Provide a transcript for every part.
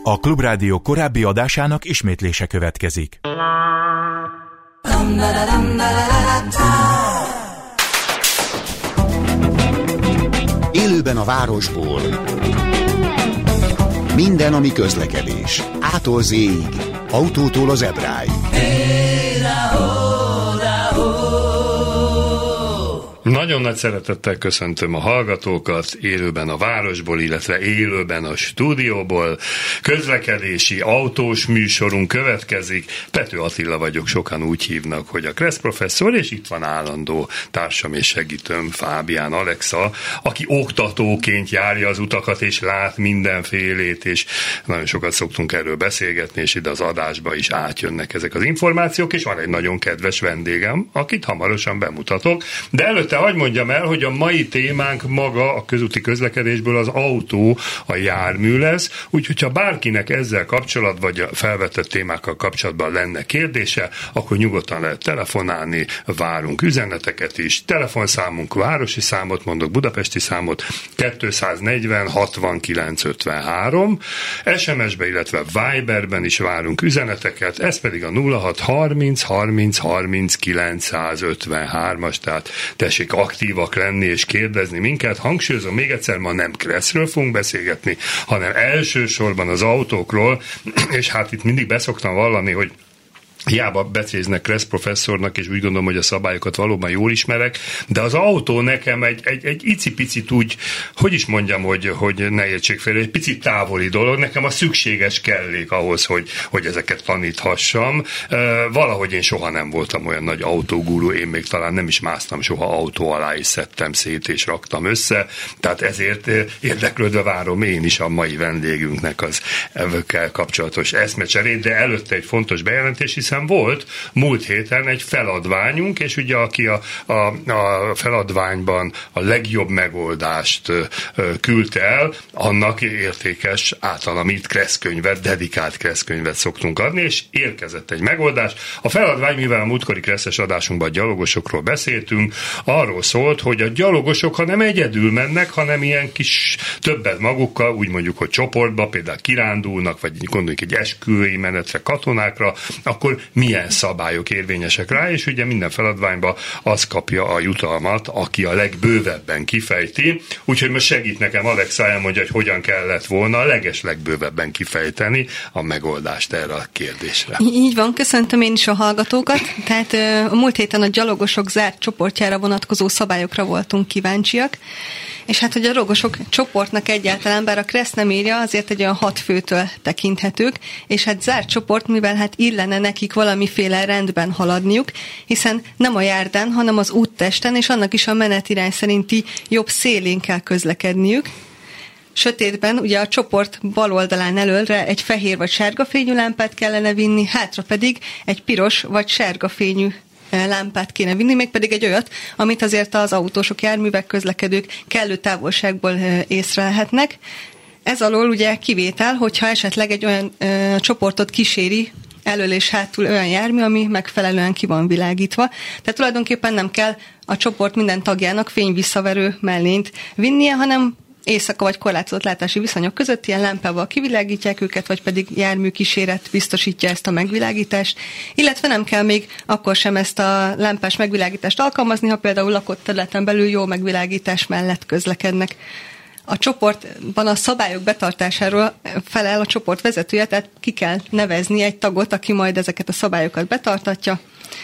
A Klubrádió korábbi adásának ismétlése következik. Élőben a városból. Minden, ami közlekedés. A-tól Z-ig, autótól az ebráig. Nagyon nagy szeretettel köszöntöm a hallgatókat élőben a városból, illetve élőben a stúdióból. Közlekedési autós műsorunk következik. Pető Attila vagyok, sokan úgy hívnak, hogy a Kressz professzor, és itt van állandó társam és segítőm, Fábián Alexa, aki oktatóként járja az utakat, és lát mindenfélét, és nagyon sokat szoktunk erről beszélgetni, és ide az adásba is átjönnek ezek az információk, és van egy nagyon kedves vendégem, akit hamarosan bemutatok, de előtte hadd mondjam el, hogy a mai témánk maga a közúti közlekedésből az autó, a jármű lesz, úgyhogy ha bárkinek ezzel kapcsolatban, vagy a felvetett témákkal kapcsolatban lenne kérdése, akkor nyugodtan lehet telefonálni, várunk üzeneteket is. Telefonszámunk, városi számot mondok, budapesti számot 240 69 53, SMS-be, illetve Viberben is várunk üzeneteket, ez pedig a 06 30 30 30 953-as, tehát tessék aktívak lenni és kérdezni minket. Hangsúlyozom még egyszer, ma nem Kresszről fogunk beszélgetni, hanem elsősorban az autókról, és hát itt mindig beszoktam vallani, hogy hiába becéznek Kressz professzornak, és úgy gondolom, hogy a szabályokat valóban jól ismerek, de az autó nekem egy icipicit úgy, hogy is mondjam, hogy ne értsék félre, egy picit távoli dolog, nekem a szükséges kellék ahhoz, hogy ezeket taníthassam. Valahogy én soha nem voltam olyan nagy autógurú, én még talán nem is másztam soha autó alá, és szedtem szét, és raktam össze, tehát ezért érdeklődve várom én is a mai vendégünknek az evőkkel kapcsolatos eszmecserét, de előtte egy fontos bejelentés, hiszen volt múlt héten egy feladványunk, és ugye aki a feladványban a legjobb megoldást küldte el, annak értékes általam írt kresszkönyvet, dedikált kresszkönyvet szoktunk adni, és érkezett egy megoldás. A feladvány, mivel a múltkori kresszes adásunkban a gyalogosokról beszéltünk, arról szólt, hogy a gyalogosok, ha nem egyedül mennek, hanem ilyen kis többet magukkal, úgy mondjuk, hogy csoportba, például kirándulnak, vagy gondoljuk egy esküvői menetre, katonákra, akkor milyen szabályok érvényesek rá, és ugye minden feladványban az kapja a jutalmat, aki a legbővebben kifejti. Úgyhogy most segít nekem Alexa, elmondja, hogy hogyan kellett volna a legbővebben kifejteni a megoldást erre a kérdésre. Így van, köszöntöm én is a hallgatókat. Tehát a múlt héten a gyalogosok zárt csoportjára vonatkozó szabályokra voltunk kíváncsiak, és hát a gyalogosok csoportnak egyáltalán, bár a Kressz nem írja, azért egy olyan 6 főtől tekinthetők, és hát zárt csoport, mivel hát illene nekik valamiféle rendben haladniuk, hiszen nem a járdán, hanem az úttesten, és annak is a menetirány szerinti jobb szélén kell közlekedniük. Sötétben ugye a csoport bal oldalán előre egy fehér vagy sárga fényű lámpát kellene vinni, hátra pedig egy piros vagy sárga fényű lámpát kéne vinni, mégpedig egy olyat, amit azért az autósok, járművek, közlekedők kellő távolságból észrelhetnek. Ez alól ugye kivétel, hogyha esetleg egy olyan csoportot kíséri elől és hátul olyan jármű, ami megfelelően ki van világítva. Tehát tulajdonképpen nem kell a csoport minden tagjának fényvisszaverő mellényt vinnie, hanem éjszaka vagy korlátozott látási viszonyok között ilyen lámpával kivilágítják őket, vagy pedig járműkíséret biztosítja ezt a megvilágítást, illetve nem kell még akkor sem ezt a lámpás megvilágítást alkalmazni, ha például lakott területen belül jó megvilágítás mellett közlekednek. A csoportban a szabályok betartásáról felel a csoport vezetője, tehát ki kell nevezni egy tagot, aki majd ezeket a szabályokat betartatja.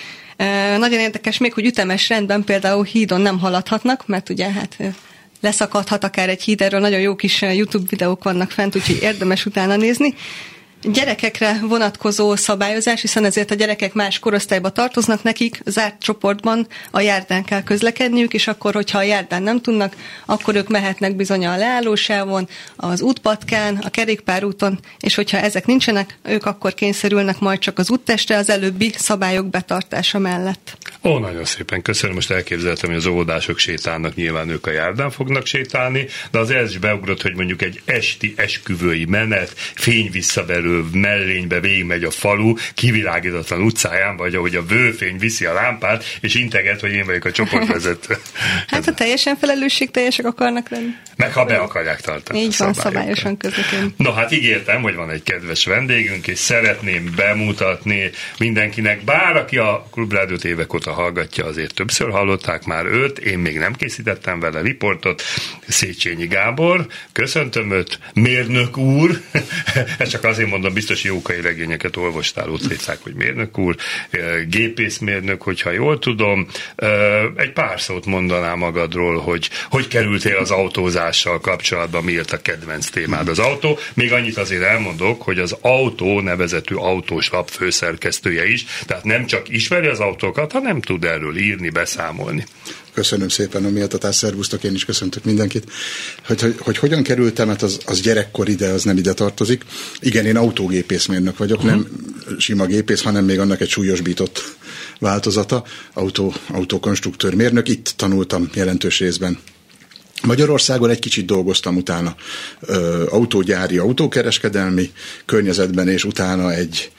Nagyon érdekes még, hogy ütemes rendben például hídon nem haladhatnak, mert ugye hát leszakadhat akár egy híd, erről nagyon jó kis YouTube videók vannak fent, úgyhogy érdemes utána nézni. Gyerekekre vonatkozó szabályozás, hiszen ezért a gyerekek más korosztályba tartoznak, nekik zárt csoportban a járdán kell közlekedniük, és akkor, hogyha a járdán nem tudnak, akkor ők mehetnek bizony a leállósávon, az útpatkán, a kerékpárúton, és hogyha ezek nincsenek, ők akkor kényszerülnek majd csak az úttestre az előbbi szabályok betartása mellett. Ó, nagyon szépen köszönöm, most elképzeltem, hogy az óvodások sétálnak, nyilván ők a járdán fognak sétálni, de az ez is beugrott, hogy mondjuk egy esti esküvői menet, fényvisszaverő elterelő mellénybe végigmegy a falu kivilágítatlan utcáján, vagy ahogy a vőfény viszi a lámpát, és integet, hogy én vagyok a csoportvezető. Hát ha teljesen felelősségteljesek akarnak lenni. Meg ha be akarják tartani. Így van, szabályosan közvetlenül. No, hát ígértem, hogy van egy kedves vendégünk, és szeretném bemutatni mindenkinek, bár aki a Klubrádiót évek óta hallgatja, azért többször hallották már őt, én még nem készítettem vele riportot, Széchenyi Gábor, köszöntöm őt, mérnök úr, ezt csak azért mondom, biztos jókai regényeket olvastál, úgy hiszák, hogy mérnök úr, gépészmérnök, hogyha jól tudom, egy pár szót mondanál magadról, hogy kerültél az autózással kapcsolatban, miért a kedvenc témád az autó. Még annyit azért elmondok, hogy az Autó nevezetű autós lap főszerkesztője is, tehát nem csak ismeri az autókat, hanem tud erről írni, beszámolni. Köszönöm szépen a méltatást, szervusztok, én is köszöntök mindenkit. Hogy hogyan kerültem, hát az gyerekkor ide, az nem ide tartozik. Igen, én autógépészmérnök vagyok, nem sima gépész, hanem még annak egy súlyosbított változata, autókonstruktőrmérnök. Itt tanultam jelentős részben. Magyarországon egy kicsit dolgoztam utána autógyári, autókereskedelmi környezetben, és utána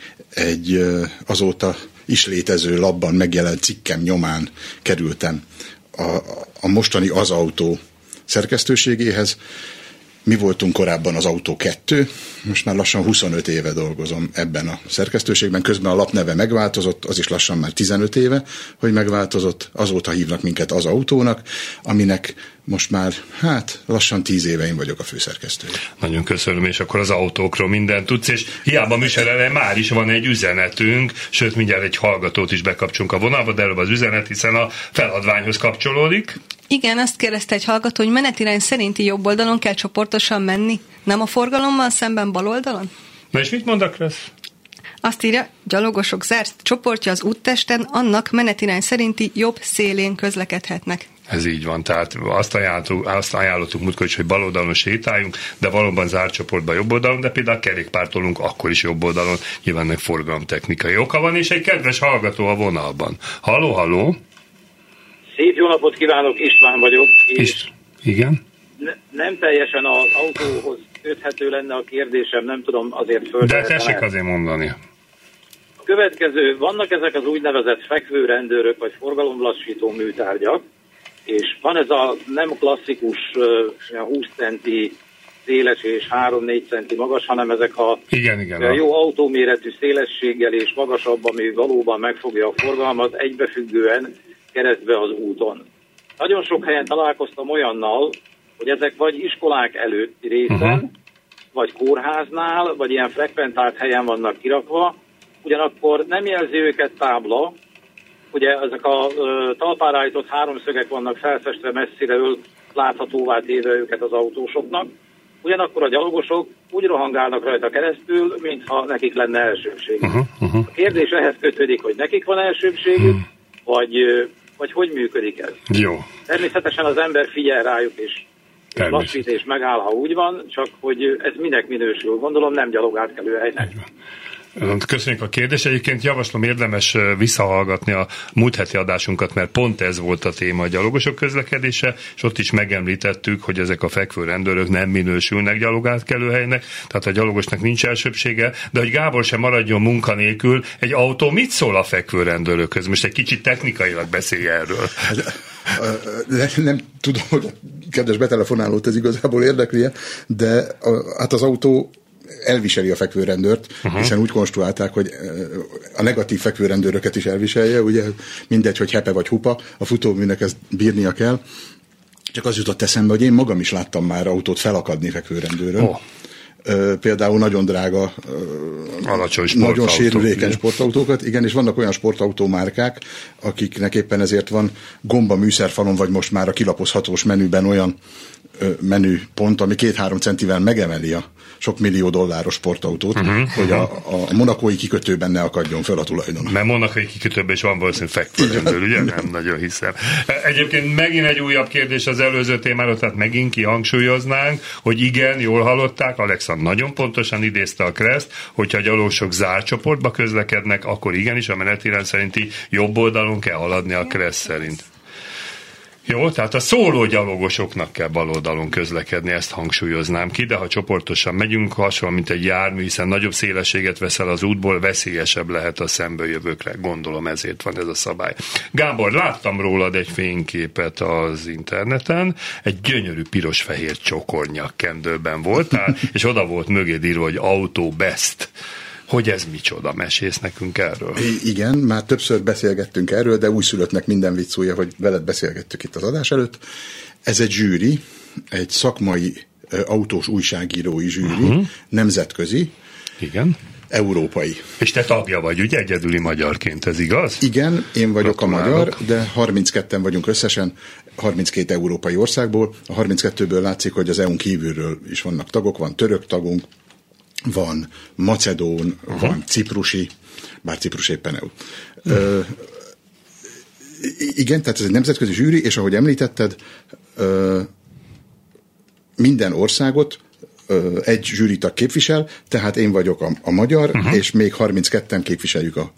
egy azóta is létező labban megjelent cikkem nyomán kerültem a mostani Az Autó szerkesztőségéhez. Mi voltunk korábban az Autó 2, most már lassan 25 éve dolgozom ebben a szerkesztőségben, közben a lap neve megváltozott, az is lassan már 15 éve, hogy megváltozott, azóta hívnak minket Az Autónak, aminek most már, lassan 10 éve én vagyok a főszerkesztője. Nagyon köszönöm, és akkor az autókról mindent tudsz, és hiába műsorelve már is van egy üzenetünk, sőt, mindjárt egy hallgatót is bekapcsolunk a vonalba, de előbb az üzenet, hiszen a feladványhoz kapcsolódik. Igen, azt kérdezte egy hallgató, hogy menetirány szerinti jobb oldalon kell csoportosan menni, nem a forgalommal szemben bal oldalon? Na és mit mondak lesz? Azt írja, gyalogosok zárt csoportja az úttesten, annak menetirány szerinti jobb szélén közlekedhetnek. Ez így van, tehát azt ajánlottuk múltkor is, hogy bal oldalon sétáljunk, de valóban zárt csoportban jobb oldalon, de például kerékpártolunk akkor is jobb oldalon, nyilván meg forgalomtechnikai oka van, és egy kedves hallgató a vonalban. Halló? Szép jó napot kívánok, István vagyok. Igen? Nem teljesen az autóhoz köthető lenne a kérdésem, nem tudom, azért föltehetem. De tessék azért mondani. A következő, vannak ezek az úgynevezett fekvőrendőrök, vagy forgalomlassító műtárgyak, és van ez a nem klasszikus 20 centi széles és 3-4 centi magas, hanem ezek a igen. jó autóméretű szélességgel és magasabb, ami valóban megfogja a forgalmat, egybefüggően keresztbe az úton. Nagyon sok helyen találkoztam olyannal, hogy ezek vagy iskolák előtti részen, vagy kórháznál, vagy ilyen frekventált helyen vannak kirakva, ugyanakkor nem jelzi őket tábla, ugye ezek a talpára állított háromszögek vannak felfestve messziről, láthatóvá téve őket az autósoknak, ugyanakkor a gyalogosok úgy rohangálnak rajta keresztül, mintha nekik lenne elsőbségük. A kérdés ehhez kötődik, hogy nekik van elsőbségük, vagy hogy működik ez. Jó. Természetesen az ember figyel rájuk, és lassít és megáll, ha úgy van, csak hogy ez minek minősül. Gondolom nem gyalogátkelő helynek. Köszönjük a kérdést. Egyébként javaslom, érdemes visszahallgatni a múlt heti adásunkat, mert pont ez volt a téma, a gyalogosok közlekedése, és ott is megemlítettük, hogy ezek a fekvő rendőrök nem minősülnek gyalogátkelőhelynek, tehát a gyalogosnak nincs elsőbsége, de hogy Gábor sem maradjon munkanélkül, egy autó mit szól a fekvő rendőrökhöz? Most egy kicsit technikailag beszélj erről. Nem tudom, hogy a kedves betelefonálót ez igazából érdekli, de hát az autó elviseli a fekvőrendőrt, hiszen úgy konstruálták, hogy a negatív fekvőrendőröket is elviselje, ugye mindegy, hogy hepe vagy hupa, a futóműnek ezt bírnia kell. Csak az jutott eszembe, hogy én magam is láttam már autót felakadni fekvőrendőrön. Például nagyon drága, nagyon sérülékeny sportautókat, igen, és vannak olyan sportautómárkák, akiknek éppen ezért van gomba műszerfalon, vagy most már a kilapozhatós menüben olyan menüpont, ami 2-3 centivel megemeli a sok millió dolláros sportautót, hogy a monakói kikötőben ne akadjon fel a tulajdon. Mert monakói kikötőben is van valószínűleg fekvőrendőr, ugye? Nem nagyon hiszem. Egyébként megint egy újabb kérdés az előző témáról, tehát megint kihangsúlyoznánk, hogy igen, jól hallották, Alexand nagyon pontosan idézte a Kreszt, hogyha a gyalogosok zárt csoportba közlekednek, akkor igenis a menetirány szerinti jobb oldalon kell haladni a Kreszt szerint. Jó, tehát a szólógyalogosoknak kell bal oldalon közlekedni, ezt hangsúlyoznám ki, de ha csoportosan megyünk, hasonló, mint egy jármű, hiszen nagyobb szélességet veszel az útból, veszélyesebb lehet a szembejövőkre. Gondolom ezért van ez a szabály. Gábor, láttam rólad egy fényképet az interneten, egy gyönyörű piros-fehér csokornyak kendőben voltál, és oda volt mögéd írva, hogy Auto Best. Hogy ez micsoda? Mesélsz nekünk erről? Igen, már többször beszélgettünk erről, de újszülöttnek minden vicc újja, hogy veled beszélgettük itt az adás előtt. Ez egy zsűri, egy szakmai autós újságírói zsűri, nemzetközi, igen, európai. És te tagja vagy, ugye, egyedüli magyarként, ez igaz? Igen, én vagyok a magyar, de 32-en vagyunk összesen, 32 európai országból. A 32-ből látszik, hogy az EU-n kívülről is vannak tagok, van török tagunk, van macedón, van ciprusi, bár Ciprus éppen EU. Igen, tehát ez egy nemzetközi zsűri, és ahogy említetted, minden országot egy zsűritag képvisel, tehát én vagyok a magyar, és még 32-en képviseljük a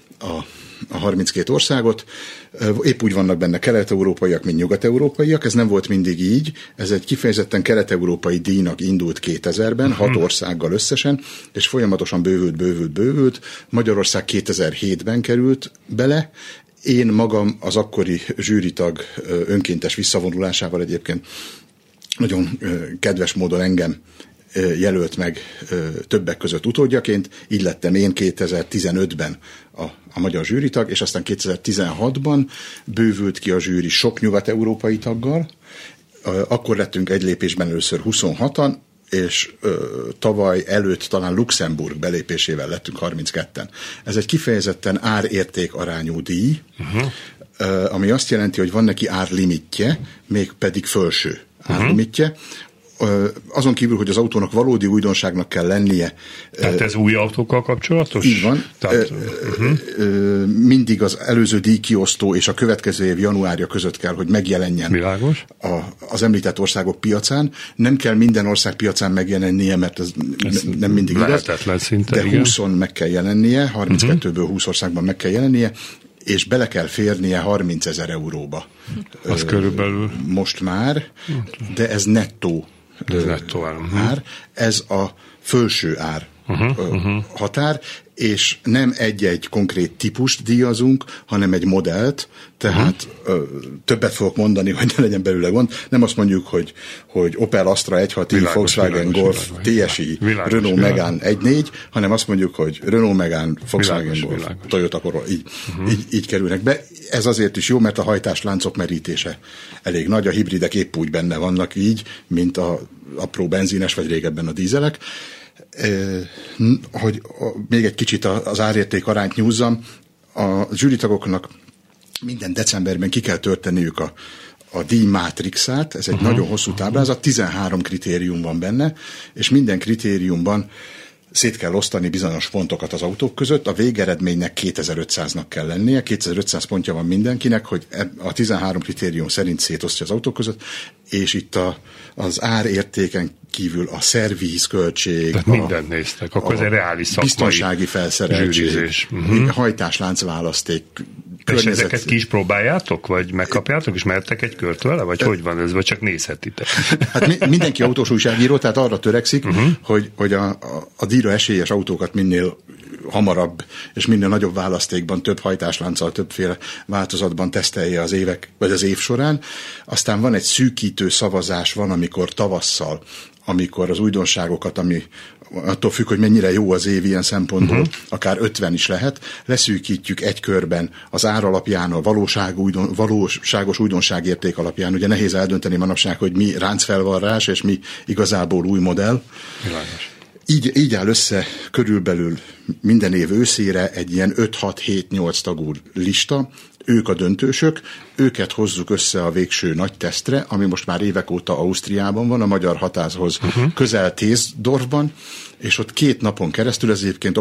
32 országot. Épp úgy vannak benne kelet-európaiak, mint nyugat-európaiak. Ez nem volt mindig így. Ez egy kifejezetten kelet-európai díjnak indult 2000-ben, 6 országgal összesen, és folyamatosan bővült. Magyarország 2007-ben került bele. Én magam az akkori zsűritag önkéntes visszavonulásával egyébként nagyon kedves módon engem jelölt meg többek között utódjaként, így lettem én 2015-ben a magyar zsűritag, és aztán 2016-ban bővült ki a zsűri sok nyugat-európai taggal, akkor lettünk egy lépésben először 26-an, és tavaly előtt talán Luxemburg belépésével lettünk 32-en. Ez egy kifejezetten árérték arányú díj, ami azt jelenti, hogy van neki árlimitje, mégpedig fölső árlimitje. Azon kívül, hogy az autónak valódi újdonságnak kell lennie. Tehát ez új autókkal kapcsolatos? Így van. Tehát, mindig az előző díjkiosztó és a következő év januárja között kell, hogy megjelenjen az említett országok piacán. Nem kell minden ország piacán megjelennie, mert ez nem mindig igaz. Szinte, de 20-on meg kell jelennie, 32-ből 20 országban meg kell jelennie, és bele kell férnie 30 000 euróba. Az körülbelül. Most már, de ez nettó. Ár. Ez a fölső ár határ, és nem egy-egy konkrét típust díjazunk, hanem egy modellt, tehát többet fogok mondani, hogy ne legyen belőle gond. Nem azt mondjuk, hogy Opel Astra 1.6i, Volkswagen Golf, TSI, Renault Megane 1.4, hanem azt mondjuk, hogy Renault Megane, Volkswagen Golf, Toyota Corolla, így kerülnek be. Ez azért is jó, mert a hajtásláncok merítése elég nagy, a hibridek épp úgy benne vannak így, mint a apró benzines, vagy régebben a dízelek. Hogy még egy kicsit az árérték arányt nyúzzam, a zsűritagoknak minden decemberben ki kell tölteniük a díj mátrixát, ez egy nagyon hosszú táblázat, 13 kritérium van benne, és minden kritériumban szét kell osztani bizonyos pontokat az autók között, a végeredménynek 2500-nak kell lennie, 2500 pontja van mindenkinek, hogy a 13 kritérium szerint szétosztja az autók között, és itt az árértéken kívül a szervízköltség, tehát mindent néztek, akkor ez egy reális szakmai biztonsági felszereltség, hajtásláncválaszték, és ezeket ki is próbáljátok, vagy megkapjátok, és mertek egy kört vele, vagy hogy van ez, vagy csak nézhetitek? Hát mindenki autós újságíró, tehát arra törekszik, hogy a díjra esélyes autókat minél hamarabb, és minél nagyobb választékban, több hajtáslánccal, többféle változatban tesztelje az évek, vagy az év során. Aztán van egy szűkítő szavazás, van, amikor tavasszal, amikor az újdonságokat, ami attól függ, hogy mennyire jó az év ilyen szempontból, akár 50 is lehet, leszűkítjük egy körben az ár alapján, a valóságos újdonságérték alapján. Ugye nehéz eldönteni manapság, hogy mi ráncfelvarrás, és mi igazából új modell. Világos. Így áll össze körülbelül minden év őszére egy ilyen 5-6-7-8 tagú lista, ők a döntősök, őket hozzuk össze a végső nagy tesztre, ami most már évek óta Ausztriában van, a magyar határhoz közel Tézdorfban, és ott 2 napon keresztül, ez egyébként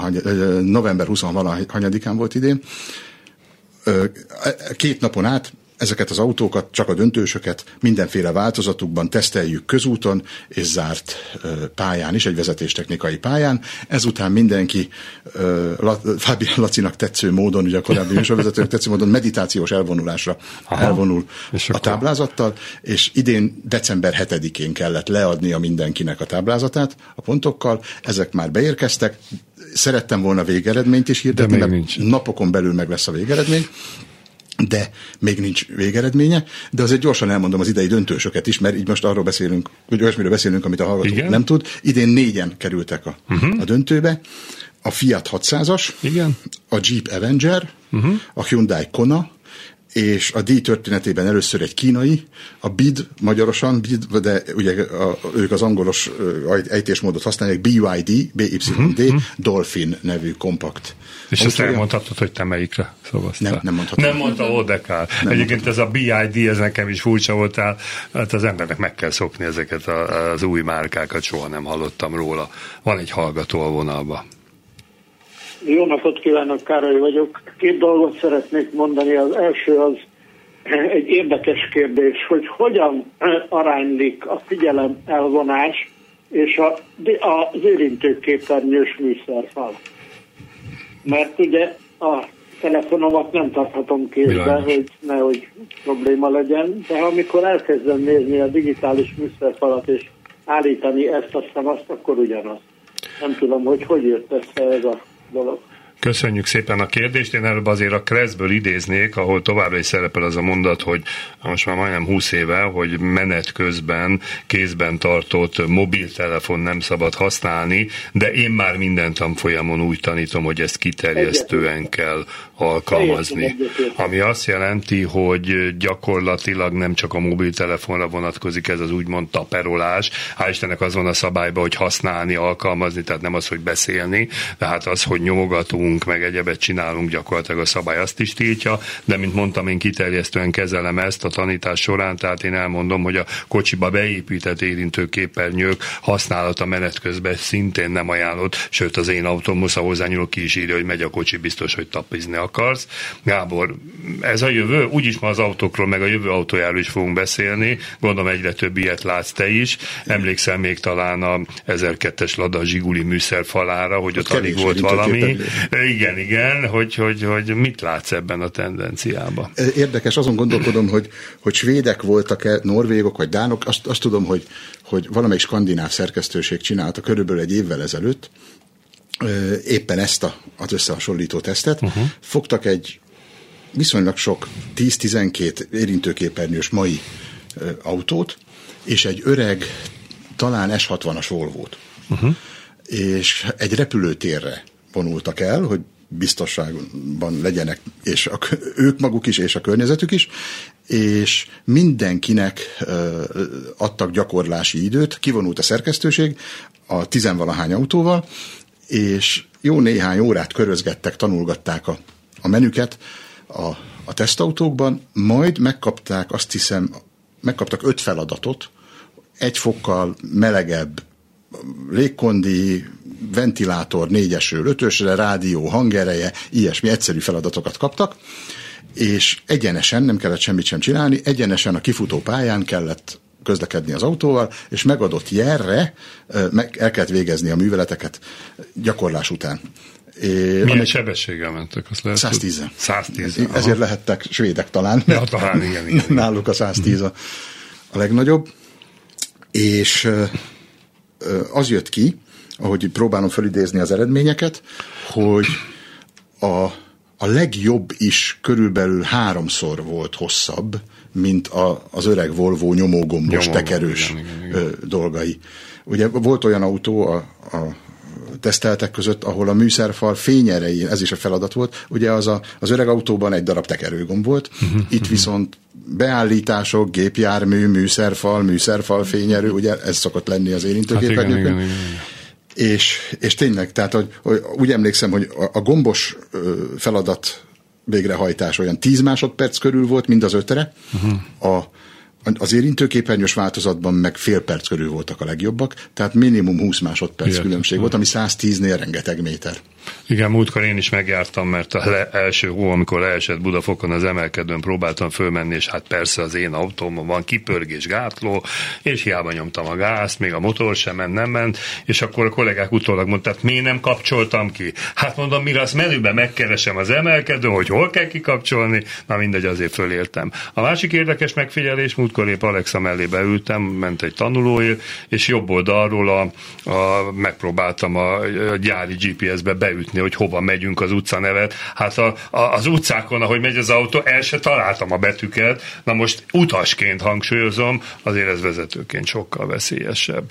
november 20-án volt idén, 2 napon át ezeket az autókat, csak a döntősöket mindenféle változatukban teszteljük közúton és zárt pályán is, egy vezetéstechnikai pályán. Ezután mindenki Fábián Lacinak tetsző módon, ugye a korábbi műsorvezetőnek tetsző módon meditációs elvonulásra elvonul a táblázattal, és idén december 7-én kellett leadnia mindenkinek a táblázatát a pontokkal. Ezek már beérkeztek. Szerettem volna végeredményt is hirdetni, mert napokon belül meg lesz a végeredmény, de még nincs végeredménye, de azért gyorsan elmondom az idei döntősöket is, mert így most arról beszélünk, hogy olyasmiről beszélünk, amit a hallgató nem tud. Idén 4-en kerültek a döntőbe. A Fiat 600-as, a Jeep Avenger, a Hyundai Kona, és a díj történetében először egy kínai, a BID, magyarosan BID, de ugye ők az angolos ejtésmódot használják, BYD, BYD, Dolphin nevű kompakt. És azt elmondhatod, hogy te melyikre szavaztál? Nem mondhatom. Nem mondta Odekár. Egyébként ez a BID, ez nekem is furcsa voltál. Hát az embernek meg kell szokni ezeket az új márkákat, soha nem hallottam róla. Van egy hallgató a vonalba. Jó napot kívánok, Károly vagyok. 2 dolgot szeretnék mondani. Az első az egy érdekes kérdés, hogy hogyan aránylik a figyelem elvonás és az érintőképernyős műszerfal. Mert ugye a telefonomat nem tarthatom kézben, hogy nehogy probléma legyen, de amikor elkezdem nézni a digitális műszerfalat és állítani ezt, aztán azt, akkor ugyanaz. Nem tudom, hogy jött össze ez a dolog. Köszönjük szépen a kérdést. Én előbb azért a Kresszből idéznék, ahol továbbra is szerepel az a mondat, hogy most már majdnem 20 éve, hogy menet közben kézben tartott mobiltelefon nem szabad használni, de én már minden tanfolyamon úgy tanítom, hogy ezt kiterjesztően kell alkalmazni. Ami azt jelenti, hogy gyakorlatilag nem csak a mobiltelefonra vonatkozik ez az úgymond taperolás. Hál' Istennek az van a szabályban, hogy használni, alkalmazni, tehát nem az, hogy beszélni, tehát az, hogy nyomogatunk, meg egyebet csinálunk, gyakorlatilag a szabály azt is tiltja, de mint mondtam, én kiterjesztően kezelem ezt a tanítás során, tehát én elmondom, hogy a kocsiba beépített érintőképernyők használata menet közben szintén nem ajánlott, sőt az én autómhoz, ha hozzányúlok, ki is írja, hogy megy a kocsi, biztos, hogy tapizni akarsz. Gábor, ez a jövő, úgyis ma az autókról, meg a jövő autójáról is fogunk beszélni, gondolom egyre több ilyet látsz te is. Emlékszel még talán a 1002-es Lada Zsiguli műszerfalára, hogy ott alig volt valami. Igen, hogy mit látsz ebben a tendenciában? Érdekes, azon gondolkodom, hogy svédek voltak-e, norvégok vagy dánok, azt tudom, hogy valamelyik skandináv szerkesztőség csinálta körülbelül egy évvel ezelőtt éppen ezt az összehasonlító tesztet. Fogtak egy viszonylag sok 10-12 érintőképernyős mai autót, és egy öreg, talán S60-as Volvót. És egy repülőtérre vonultak el, hogy biztonságban legyenek, és ők maguk is, és a környezetük is, és mindenkinek adtak gyakorlási időt, kivonult a szerkesztőség a 10-valahány autóval, és jó néhány órát körözgettek, tanulgatták a menüket a tesztautókban, majd megkapták, azt hiszem, megkaptak 5 feladatot, 1 fokkal melegebb légkondi, ventilátor 4-esről 5-ösre, rádió, hangereje, ilyesmi egyszerű feladatokat kaptak, és egyenesen, nem kellett semmit sem csinálni, egyenesen a kifutó pályán kellett közlekedni az autóval, és megadott jelre el kellett végezni a műveleteket gyakorlás után. Milyen sebességgel mentek? 110-en. 110. Ezért lehettek svédek talán. Ja, talán igen. Náluk a 110 a legnagyobb. És az jött ki, ahogy próbálom felidézni az eredményeket, hogy a legjobb is körülbelül 3-szor volt hosszabb, mint az öreg Volvo nyomógombos, tekerős dolgai. Ugye volt olyan autó a teszteltek között, ahol a műszerfal fényerején, ez is a feladat volt, ugye az öreg autóban egy darab tekerőgomb volt, itt viszont beállítások, gépjármű, műszerfal fényerő, ugye ez szokott lenni az érintőképernyőkön. Hát és tényleg, tehát hogy úgy emlékszem, hogy a gombos feladat végrehajtás olyan 10 másodperc körül volt, mind az 5-re, a Az érintőképernyős változatban meg fél perc körül voltak a legjobbak, tehát minimum 20 másodperc különbség volt, ami 110-nél rengeteg méter. Igen, múltkor én is megjártam, mert az első hó, amikor leesett Budafokon az emelkedőn, próbáltam fölmenni, és hát persze az én autómon van kipörgés, gátló, és hiába nyomtam a gázt, még a motor sem nem ment, és akkor a kollégák utólag mondták, miért nem kapcsoltam ki? Hát mondom, mire azt menüben megkeresem az emelkedőn, hogy hol kell kikapcsolni, na mindegy, azért föléltem. A másik érdekes megfigyelés, múltkor épp Alexa mellé beültem, ment egy tanulóért, és jobb oldalról megpróbáltam a gyári GPS-be beütni, hogy hova megyünk az utcanevet. Hát az utcákon, ahogy megy az autó, el se találtam a betűket. Na most utasként hangsúlyozom, azért ez vezetőként sokkal veszélyesebb.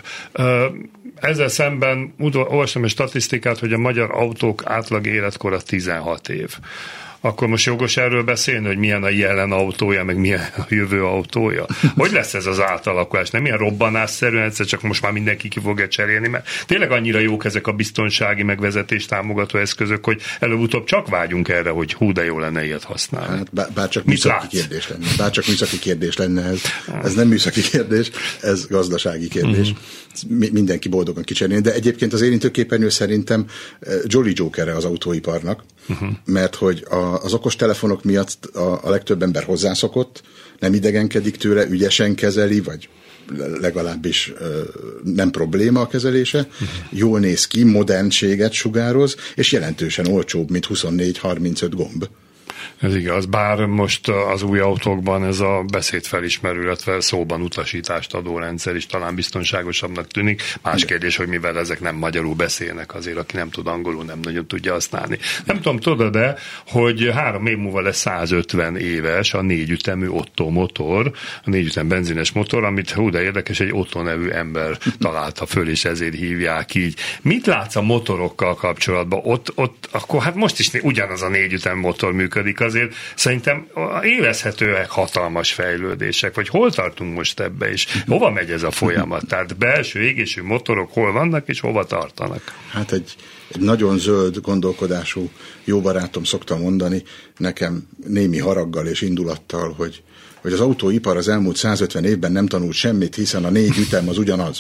Ezzel szemben olvastam egy statisztikát, hogy a magyar autók átlag életkora 16 év. Akkor most jogos erről beszélni, hogy milyen a jelen autója, meg milyen a jövő autója? Hogy lesz ez az átalakulás? Nem ilyen robbanásszerűen, egyszer csak most már mindenki ki fogja cserélni, mert tényleg annyira jók ezek a biztonsági megvezetés támogató eszközök, hogy előbb-utóbb csak vágyunk erre, hogy hú, de jó lenne ilyet használni. Hát bárcsak műszaki kérdés lenne. Bárcsak műszaki kérdés lenne ez nem műszaki kérdés, ez gazdasági kérdés. Mindenki boldogan kicserélni, de egyébként az érintőképernyő szerintem Jolly Joker-e az autóiparnak, mert hogy az okostelefonok miatt a legtöbb ember hozzászokott, nem idegenkedik tőle, ügyesen kezeli, vagy legalábbis nem probléma a kezelése, jól néz ki, modernséget sugároz, és jelentősen olcsóbb, mint 24-35 gomb. Ez igaz, bár most az új autókban ez a beszédfelismerő, illetve szóban utasítást adó rendszer is talán biztonságosabbnak tűnik. Más kérdés, hogy mivel ezek nem magyarul beszélnek, azért aki nem tud angolul, nem nagyon tudja használni. Nem tudom, tudod-e, hogy 3 év múlva lesz 150 éves a 4 ütemű Otto motor, a 4 ütem benzines motor, amit hú, de érdekes, egy Otto nevű ember találta föl, és ezért hívják így. Mit látsz a motorokkal kapcsolatban? Ott akkor hát most is ugyanaz a 4 ütem motor működik, azért szerintem élvezhetőek hatalmas fejlődések, vagy hol tartunk most ebbe is? Hova megy ez a folyamat? Tehát belső égésű motorok hol vannak, és hova tartanak? Hát egy nagyon zöld gondolkodású jó barátom szokta mondani nekem némi haraggal és indulattal, hogy az autóipar az elmúlt 150 évben nem tanult semmit, hiszen a 4 ütem az ugyanaz.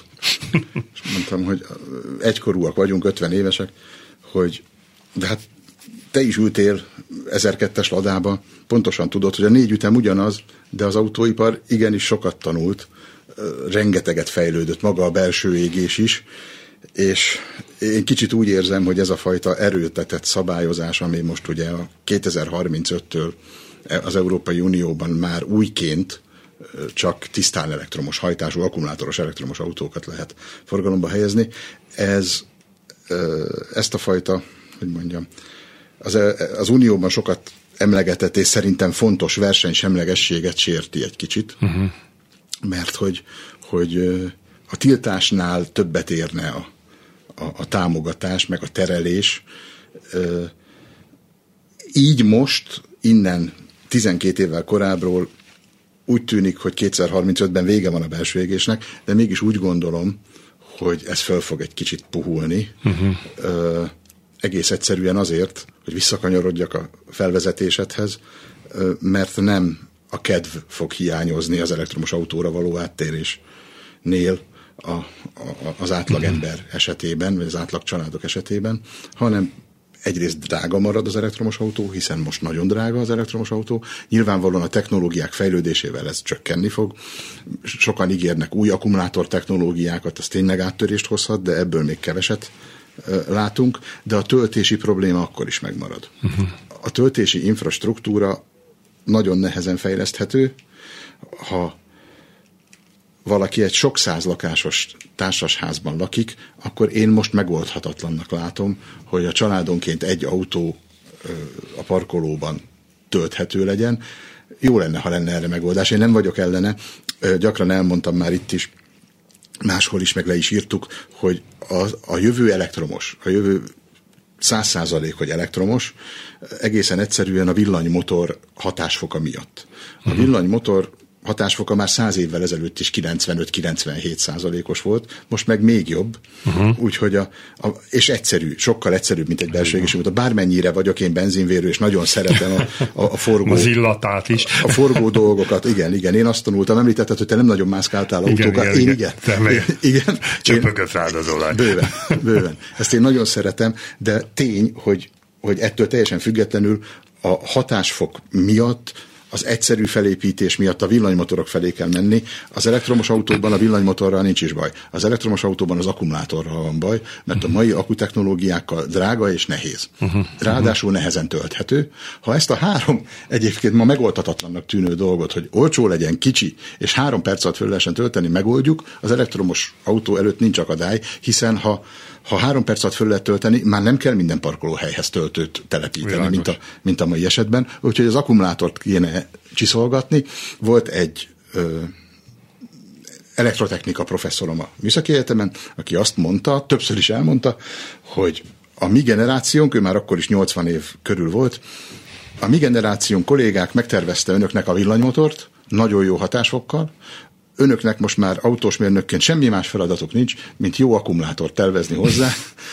És mondtam, hogy egykorúak vagyunk, 50 évesek, hogy de hát te is ültél 1002-es Ladába, pontosan tudod, hogy a 4 ütem ugyanaz, de az autóipar igenis sokat tanult, rengeteget fejlődött, maga a belső égés is, és én kicsit úgy érzem, hogy ez a fajta erőltetett szabályozás, ami most ugye a 2035-től az Európai Unióban már újként csak tisztán elektromos hajtású, akkumulátoros elektromos autókat lehet forgalomba helyezni, ezt a fajta, hogy mondjam, az Unióban sokat emlegetett és szerintem fontos versenysemlegességet sérti egy kicsit, mert hogy a tiltásnál többet érne a támogatás, meg a terelés. Így most, innen 12 évvel korábbról úgy tűnik, hogy 2035-ben vége van a belső égésnek, de mégis úgy gondolom, hogy ez föl fog egy kicsit puhulni. Egész egyszerűen azért, hogy visszakanyarodjak a felvezetésedhez, mert nem a kedv fog hiányozni az elektromos autóra való áttérésnél az átlagember esetében, vagy az átlag családok esetében, hanem egyrészt drága marad az elektromos autó, hiszen most nagyon drága az elektromos autó. Nyilvánvalóan a technológiák fejlődésével ez csökkenni fog. Sokan ígérnek új akkumulátor technológiákat, az tényleg áttörést hozhat, de ebből még keveset látunk, de a töltési probléma akkor is megmarad. A töltési infrastruktúra nagyon nehezen fejleszthető, ha valaki egy sok száz lakásos társasházban lakik, akkor én most megoldhatatlannak látom, hogy a családonként egy autó a parkolóban tölthető legyen. Jó lenne, ha lenne erre megoldás. Én nem vagyok ellene, gyakran elmondtam már itt is, máshol is, meg le is írtuk, hogy a jövő elektromos, a jövő 100%, hogy elektromos, egészen egyszerűen a villanymotor hatásfoka miatt. A villanymotor hatásfoka már 100 évvel ezelőtt is 95-97%-os volt, most meg még jobb, úgyhogy és egyszerű, sokkal egyszerűbb, mint egy belső égésű. Bármennyire vagyok én benzinvérő, és nagyon szeretem a forgó... Az illatát is. A forgó dolgokat, igen. Én azt tanultam, említetted, hogy te nem nagyon mászkáltál autókat. Igen. Csöpögött rád az olaj. Bőven. Ezt én nagyon szeretem, de tény, hogy ettől teljesen függetlenül a hatásfok miatt, az egyszerű felépítés miatt a villanymotorok felé kell menni. Az elektromos autóban a villanymotorral nincs is baj. Az elektromos autóban az akkumulátorral van baj, mert a mai akkutechnológiákkal drága és nehéz. Ráadásul nehezen tölthető. Ha ezt a három egyébként ma megoldhatatlannak tűnő dolgot, hogy olcsó legyen, kicsi, és 3 perc alatt föl lehessen tölteni, megoldjuk, az elektromos autó előtt nincs akadály, hiszen ha 3 perc alatt föl lehet tölteni, már nem kell minden parkolóhelyhez töltőt telepíteni, mint a mai esetben. Úgyhogy az akkumulátort kéne csiszolgatni. Volt egy elektrotechnika professzorom a Műszaki Egyetemen, aki azt mondta, többször is elmondta, hogy a mi generációnk, ő már akkor is 80 év körül volt, a mi generációnk kollégák megtervezte önöknek a villanymotort, nagyon jó hatásfokkal, önöknek most már autósmérnökként semmi más feladatok nincs, mint jó akkumulátort tervezni hozzá,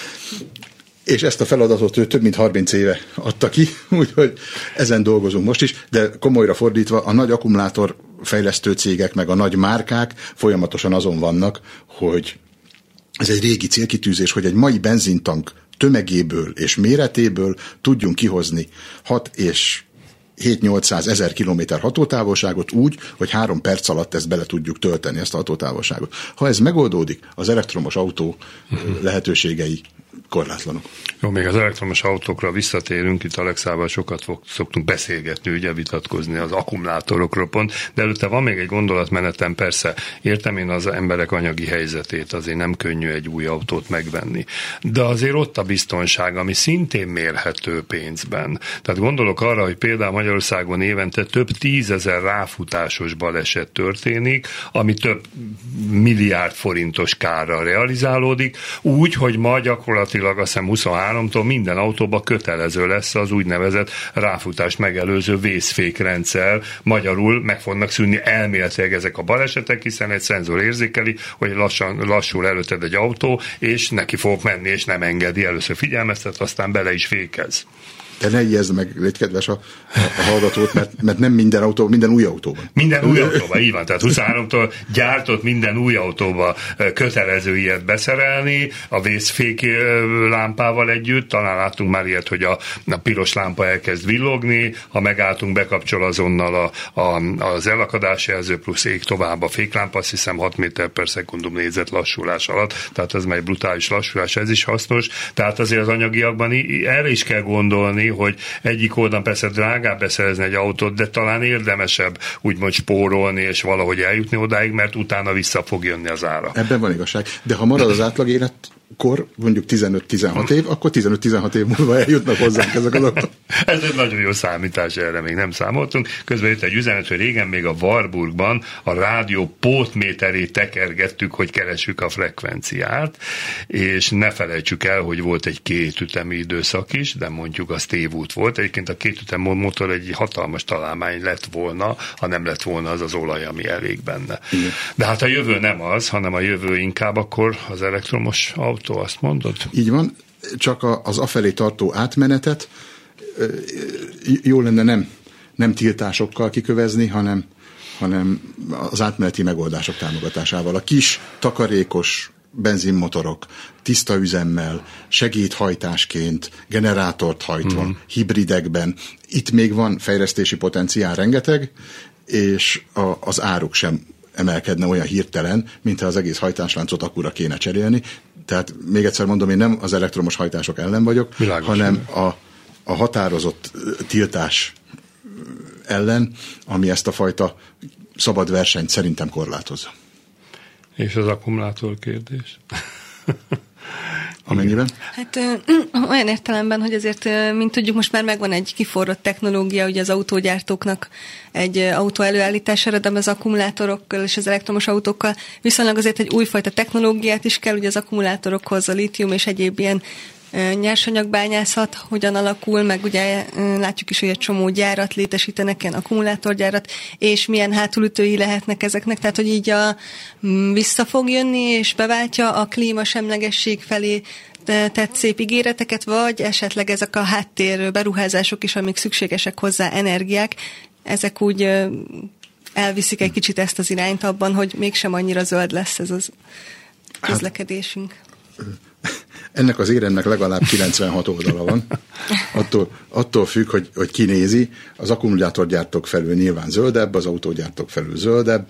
és ezt a feladatot ő több mint 30 éve adta ki, úgyhogy ezen dolgozunk most is, de komolyra fordítva a nagy akkumulátor fejlesztő cégek meg a nagy márkák folyamatosan azon vannak, hogy ez egy régi célkitűzés, hogy egy mai benzintank tömegéből és méretéből tudjunk kihozni 6 és 7-800 ezer kilométer hatótávolságot úgy, hogy 3 perc alatt ezt bele tudjuk tölteni, ezt a hatótávolságot. Ha ez megoldódik, az elektromos autó lehetőségei korlátlanok. Jó, még az elektromos autókra visszatérünk, itt Alexával sokat szoktunk beszélgetni, ugye vitatkozni az akkumulátorokról pont, de előtte van még egy gondolatmenetem, persze értem én az emberek anyagi helyzetét, azért nem könnyű egy új autót megvenni, de azért ott a biztonság, ami szintén mérhető pénzben. Tehát gondolok arra, hogy például Magyarországon évente több 10 000 ráfutásos baleset történik, ami több milliárd forintos kárral realizálódik, úgy, hogy ma gyakorlatilag azt hiszem 23-tól minden autóba kötelező lesz az úgynevezett ráfutást megelőző vészfékrendszer. Magyarul meg fognak szűnni elméletileg ezek a balesetek, hiszen egy szenzor érzékeli, hogy lassul előtted egy autó, és neki fog menni, és nem engedi, először figyelmeztet, aztán bele is fékez. De ne ijeszd meg, légy kedves a hallgatót, mert nem minden autó, minden új autóban. Minden új autóban, így van. Tehát 23-tól gyártott minden új autóba kötelező ilyet beszerelni, a vészfék lámpával együtt. Talán láttunk már ilyet, hogy a piros lámpa elkezd villogni, ha megálltunk, bekapcsol azonnal az elakadásjelző plusz ég tovább a féklámpa, azt hiszem 6 méter per szekundum négyzet lassulás alatt, tehát ez már egy brutális lassulás, ez is hasznos. Tehát azért az anyagiakban erre is kell gondolni, hogy egyik oldalon persze drágább beszerezni egy autót, de talán érdemesebb úgymond spórolni és valahogy eljutni odáig, mert utána vissza fog jönni az ára. Ebben van igazság. De ha marad az átlag életkor, mondjuk 15-16 év, akkor 15-16 év múlva eljutnak hozzánk ezek az autók. Ez egy nagyon jó számítás, erre még nem számoltunk. Közben jött egy üzenet, hogy régen még a Warburgban a rádió pótméterét tekergettük, hogy keressük a frekvenciát, és ne felejtsük el, hogy volt egy kétütemi időszak is, de mondjuk az tévút volt. Egyébként a kétütemű motor egy hatalmas találmány lett volna, ha nem lett volna az az olaj, ami elég benne. Igen. De hát a jövő nem az, hanem a jövő inkább akkor az elektromos autó, azt mondod? Így van, csak az afelé tartó átmenetet jó lenne nem tiltásokkal kikövezni, hanem az átmeneti megoldások támogatásával. A kis, takarékos benzinmotorok, tiszta üzemmel, segédhajtásként, generátort hajtva, hibridekben. Itt még van fejlesztési potenciál rengeteg, és az áruk sem emelkedne olyan hirtelen, mintha az egész hajtásláncot akkora kéne cserélni. Tehát még egyszer mondom, én nem az elektromos hajtások ellen vagyok, hanem a határozott tiltás ellen, ami ezt a fajta szabad versenyt szerintem korlátozza. És az akkumulátor kérdés? Amennyiben? Hát olyan értelemben, hogy azért, mint tudjuk, most már megvan egy kiforrott technológia ugye az autógyártóknak egy autó előállítására, de az akkumulátorokkal és az elektromos autókkal viszonylag azért egy újfajta technológiát is kell, ugye az akkumulátorokhoz a lítium és egyéb ilyen nyersanyagbányászat hogyan alakul, meg ugye látjuk is, hogy egy csomó gyárat létesítenek, ilyen akkumulátorgyárat, és milyen hátulütői lehetnek ezeknek, tehát hogy így vissza fog jönni, és beváltja a klímasemlegesség felé tett szép ígéreteket, vagy esetleg ezek a háttér beruházások is, amik szükségesek hozzá, energiák, ezek úgy elviszik egy kicsit ezt az irányt abban, hogy mégsem annyira zöld lesz ez az közlekedésünk. Ennek az éremnek legalább 96 oldala van. Attól függ, hogy ki nézi. Az akkumulátorgyártók felül nyilván zöldebb, az autógyártók felül zöldebb,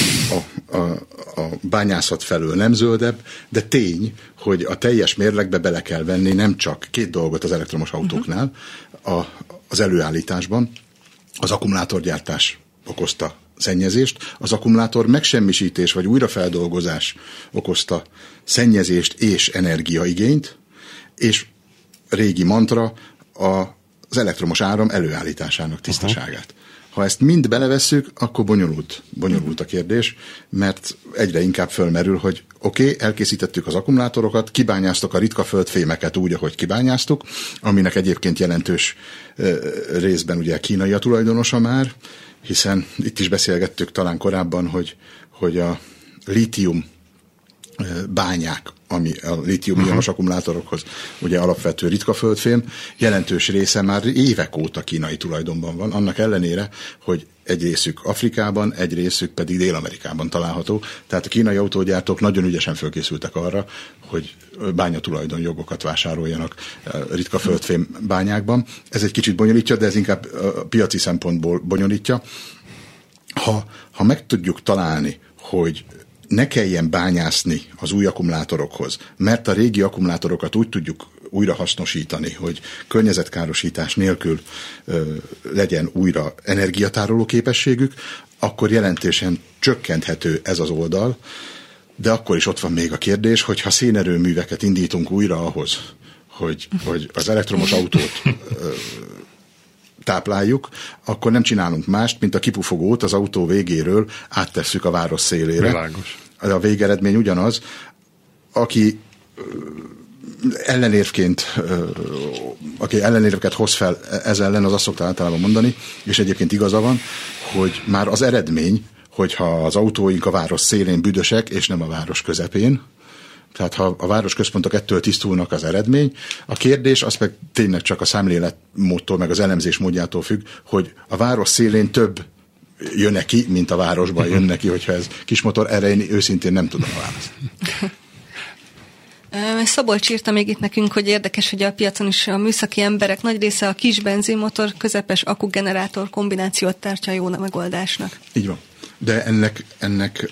a bányászat felől nem zöldebb, de tény, hogy a teljes mérlegbe bele kell venni nem csak két dolgot az elektromos autóknál, az előállításban. Az akkumulátorgyártás okozta szennyezést, az akkumulátor megsemmisítés vagy újrafeldolgozás okozta szennyezést és energiaigényt, és régi mantra az elektromos áram előállításának tisztaságát. Ha ezt mind belevesszük, akkor bonyolult a kérdés, mert egyre inkább fölmerül, hogy oké, elkészítettük az akkumulátorokat, kibányáztuk a ritka földfémeket úgy, ahogy kibányáztuk, aminek egyébként jelentős részben ugye kínai a tulajdonosa már, hiszen itt is beszélgettük talán korábban, hogy a lítium bányák, ami a lítium-ionos akkumulátorokhoz ugye alapvető ritka földfém, jelentős része már évek óta kínai tulajdonban van, annak ellenére, hogy egy részük Afrikában, egy részük pedig Dél-Amerikában található. Tehát a kínai autógyártók nagyon ügyesen fölkészültek arra, hogy bányatulajdonjogokat vásároljanak ritka földfém bányákban. Ez egy kicsit bonyolítja, de ez inkább piaci szempontból bonyolítja. Ha meg tudjuk találni, hogy ne kelljen bányászni az új akkumulátorokhoz, mert a régi akkumulátorokat úgy tudjuk újra hasznosítani, hogy környezetkárosítás nélkül legyen újra energiatároló képességük, akkor jelentősen csökkenthető ez az oldal, de akkor is ott van még a kérdés, hogy ha szénerőműveket indítunk újra ahhoz, hogy az elektromos autót tápláljuk, akkor nem csinálunk mást, mint a kipufogót az autó végéről áttesszük a város szélére. Világos. A végeredmény ugyanaz. Aki ellenérveket hoz fel ez ellen, az azt szokta általában mondani, és egyébként igaza van, hogy már az eredmény, hogyha az autóink a város szélén büdösek, és nem a város közepén, tehát ha a városközpontok ettől tisztulnak, az eredmény. A kérdés az meg tényleg csak a szemléletmódtól, meg az elemzés módjától függ, hogy a város szélén több jön neki, mint a városban jön neki, hogyha ez kismotor, erre én őszintén nem tudom választani. Szabolcs írta még itt nekünk, hogy érdekes, hogy a piacon is a műszaki emberek nagy része a kis benzinmotor, közepes akkugenerátor kombinációt tartja jó megoldásnak. Így van. De ennek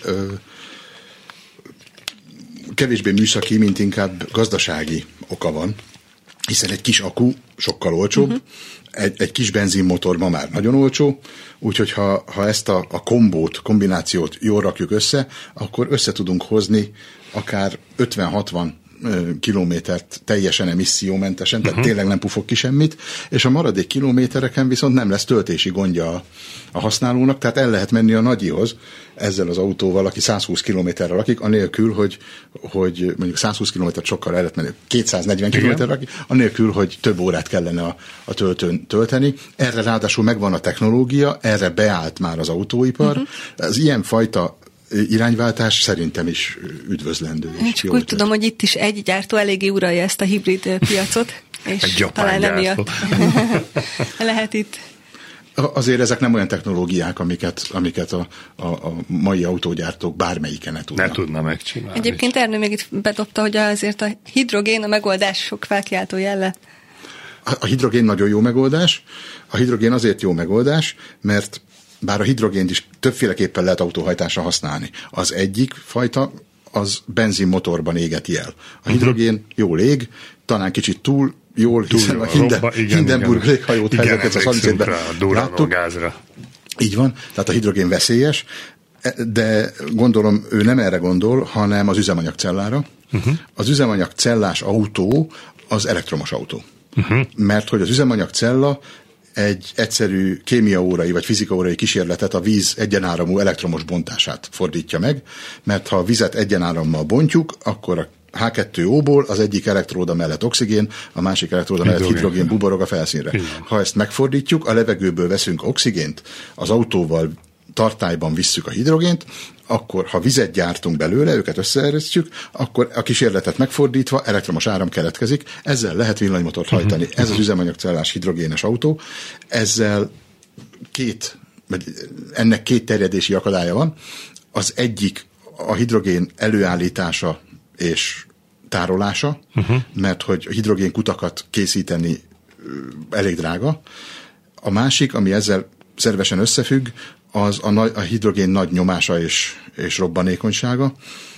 kevésbé műszaki, mint inkább gazdasági oka van, hiszen egy kis akku sokkal olcsóbb, egy kis benzinmotor ma már nagyon olcsó, úgyhogy ha ezt a kombinációt jól rakjuk össze, akkor össze tudunk hozni akár 50-60 kilométert teljesen emissziómentesen, tehát tényleg nem pufog ki semmit, és a maradék kilométereken viszont nem lesz töltési gondja a használónak, tehát el lehet menni a nagyihoz ezzel az autóval, aki 120 kilométerre lakik, anélkül, hogy mondjuk 120 kilométert sokkal el lehet menni, 240 kilométerre lakik, anélkül, hogy több órát kellene a töltőn tölteni. Erre ráadásul megvan a technológia, erre beállt már az autóipar. Az ilyenfajta irányváltás szerintem is üdvözlendő. Csak úgy tudom, hogy itt is egy gyártó eléggé uralja ezt a hibrid piacot, és talán emiatt lehet itt. Azért ezek nem olyan technológiák, amiket a mai autógyártók bármelyiken ne tudna megcsinálni. Egyébként Ernő még itt bedobta, hogy azért a hidrogén a megoldások felkiáltó jelle. A hidrogén nagyon jó megoldás. A hidrogén azért jó megoldás, mert bár a hidrogént is többféleképpen lehet autóhajtásra használni. Az egyik fajta az benzinmotorban égeti el. A hidrogén jól ég, talán kicsit túl jól, hiszen a Hindenburg léghajót ez a 37-ben láttuk. Így van, tehát a hidrogén veszélyes, de gondolom ő nem erre gondol, hanem az üzemanyagcellára. Az üzemanyagcellás autó az elektromos autó. Mert hogy az üzemanyagcella egy egyszerű kémiaórai vagy fizikaórai kísérletet, a víz egyenáramú elektromos bontását fordítja meg, mert ha a vizet egyenárammal bontjuk, akkor H2O-ból az egyik elektróda mellett oxigén, a másik elektróda mellett hidrogén buborog a felszínre. Igen. Ha ezt megfordítjuk, a levegőből veszünk oxigént, az autóval tartályban visszük a hidrogént, akkor ha vizet gyártunk belőle, őket összeeresztjük, akkor a kísérletet megfordítva elektromos áram keletkezik, ezzel lehet villanymotort hajtani. Ez az üzemanyagcellás hidrogénes autó, ezzel ennek két terjedési akadálya van. Az egyik a hidrogén előállítása és tárolása, mert hogy hidrogén kutakat készíteni elég drága. A másik, ami ezzel szervesen összefügg, az a hidrogén nagy nyomása és robbanékonysága.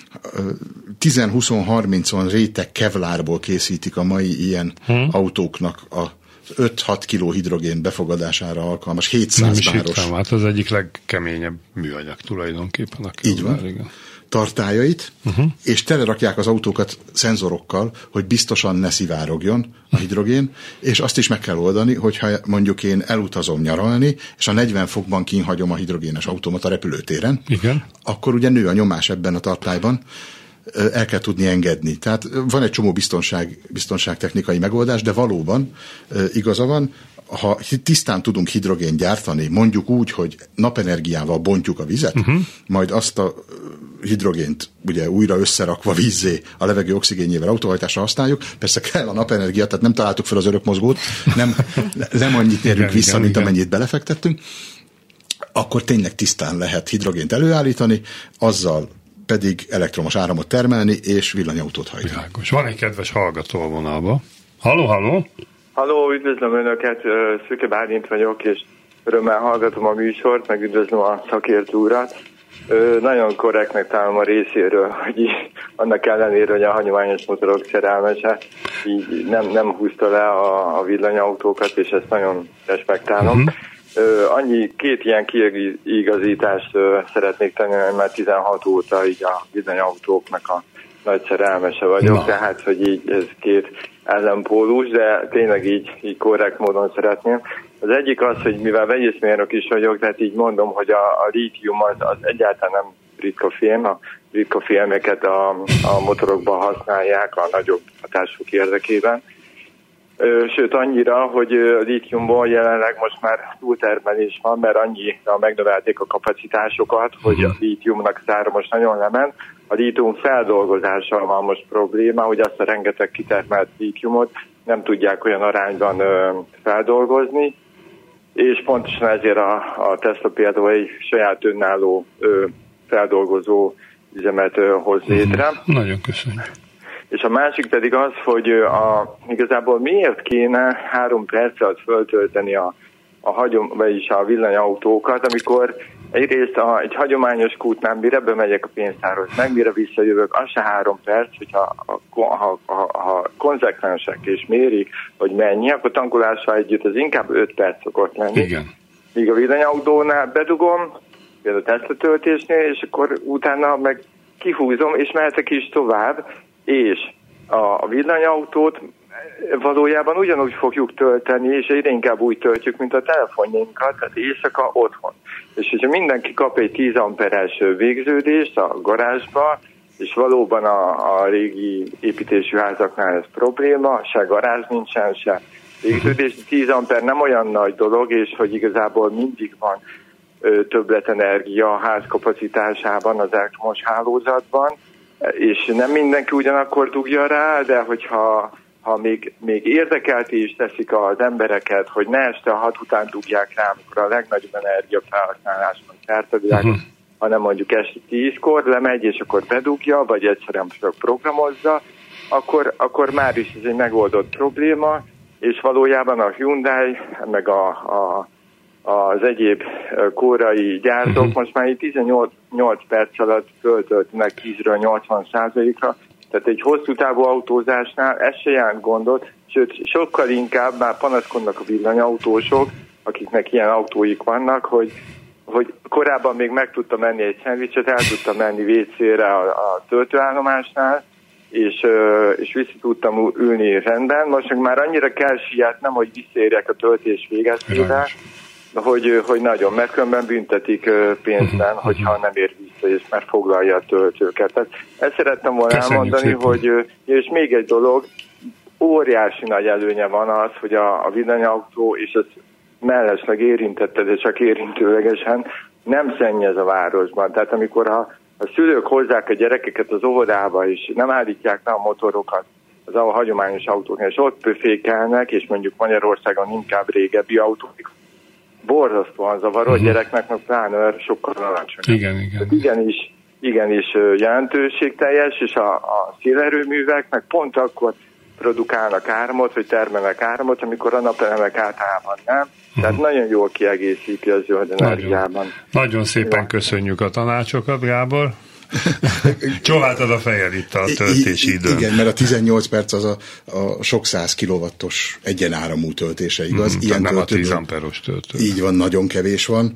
10-20-30 réteg kevlárból készítik a mai ilyen autóknak a 5-6 kiló hidrogén befogadására alkalmas 700 báros. Hát az egyik legkeményebb műanyag tulajdonképpen. Így van. Igen. Tartályait, és telerakják az autókat szenzorokkal, hogy biztosan ne szivárogjon a hidrogén, és azt is meg kell oldani, hogyha mondjuk én elutazom nyaralni, és a 40 fokban kínhagyom a hidrogénes autómat a repülőtéren, igen, akkor ugye nő a nyomás ebben a tartályban, el kell tudni engedni. Tehát van egy csomó biztonságtechnikai megoldás, de valóban igaza van, ha tisztán tudunk hidrogén gyártani, mondjuk úgy, hogy napenergiával bontjuk a vizet, majd azt a hidrogént ugye újra összerakva vízzé a levegő oxigénjével autóhajtásra használjuk. Persze kell a napenergia, tehát nem találtuk fel az örökmozgót, nem annyit nyerünk vissza, mint amennyit belefektettünk. Akkor tényleg tisztán lehet hidrogént előállítani, azzal pedig elektromos áramot termelni, és villanyautót hajtani. Világos. Van egy kedves hallgató a vonalba. Halló, halló! Halló, üdvözlöm Önöket, Szüke Bálint vagyok, és örömmel hallgatom a műsort, meg üdvözlöm a szakértő urat. Nagyon korrektnek találom a részéről, hogy annak ellenére, hogy a hagyományos motorok szerelmese, így nem húzta le a villanyautókat, és ezt nagyon respektálom. Két ilyen kiigazítást szeretnék tenni, mert már 16 óta így a villanyautóknak a nagy szerelmese vagyok, tehát, hogy így ez két ellenpólus, de tényleg így korrekt módon szeretném. Az egyik az, hogy mivel vegyészmérnök is vagyok, tehát így mondom, hogy a lítium az egyáltalán nem ritka fém, a ritka fémeket a motorokban használják a nagyobb hatások érdekében. Sőt annyira, hogy a lítiumból jelenleg most már túltermelés van, mert annyira megnövelték a kapacitásokat, hogy a lítiumnak szára most nagyon lement. A lítium feldolgozással van most probléma, hogy azt a rengeteg kitermelt lítiumot nem tudják olyan arányban feldolgozni, és pontosan ezért a Tesla például egy saját önálló feldolgozó üzemet hoz létre. Nagyon köszönjük. És a másik pedig az, hogy igazából miért kéne 3 perc alatt föltölteni vagyis a villanyautókat, amikor egyrészt egy hagyományos kútnál mire bemegyek a pénztárhoz, meg mire visszajövök, az se 3 perc, hogyha ha konzekvensek és mérik, hogy mennyi, akkor tankolással együtt az inkább 5 perc szokott lenni. Igen. Míg a villanyautónál bedugom, például a Tesla töltésnél, és akkor utána meg kihúzom, és mehetek is tovább, és a villanyautót valójában ugyanúgy fogjuk tölteni, és egyre inkább úgy töltjük, mint a telefonjainkat, tehát éjszaka otthon. És hogyha mindenki kap egy 10 amperes végződést a garázsba, és valóban a régi építésű házaknál ez probléma, se garázs nincsen, se végződés. 10 amper nem olyan nagy dolog, és hogy igazából mindig van többletenergia a ház kapacitásában, az elektromos hálózatban, és nem mindenki ugyanakkor dugja rá, de hogyha még érdekelté is teszik az embereket, hogy ne este a 6 után dugják rá, amikor a legnagyobb energiafelhasználás van szerte világon, hanem mondjuk este 10-kor lemegy, és akkor bedugja, vagy egyszerűen csak programozza, akkor már is ez egy megoldott probléma, és valójában a Hyundai, meg az egyéb kórai gyártók most már 18 perc alatt föltöltenek 10-ről 80%-ra, tehát egy hosszú távú autózásnál ez se jelent gondot, sőt sokkal inkább már panaszkodnak a villanyautósok, akiknek ilyen autóik vannak, hogy korábban még meg tudtam menni egy szendvicset, el tudtam menni WC-re a töltőállomásnál, és vissza tudtam ülni rendben. Most már annyira kell sietnem, hogy visszaérjek a töltés végeztére, hogy nagyon, mert különben büntetik pénzben, hogyha nem ér vissza vissza, és megfoglalja a töltőket. Tehát ezt szerettem volna elmondani, szépen. hogy, és még egy dolog, óriási nagy előnye van az, hogy a villanyautó, és ez mellesleg érintetted, de csak érintőlegesen, nem szennyez a városban. Tehát amikor a szülők hozzák a gyerekeket az óvodába, és nem állítják le a motorokat az a hagyományos autóknál, és ott pöfékelnek, és mondjuk Magyarországon inkább régebbi autók, borzasztóan zavaró, a gyereknek meg pláne sokkal alacsonyabb. Igenis jelentőségteljes, és a szélerőművek meg pont akkor produkálnak áramot, vagy termelnek áramot, amikor a napelemek általában nem. Tehát nagyon jól kiegészíti a zöld energiában. Nagyon szépen köszönjük a tanácsokat, Gábor. Csóváltad a fejed itt a töltési időn. Igen, mert a 18 perc az a sok 100 kilowattos egyenáramú töltése, igaz? Ilyen nem a 10 amperos töltő. Így van, nagyon kevés van,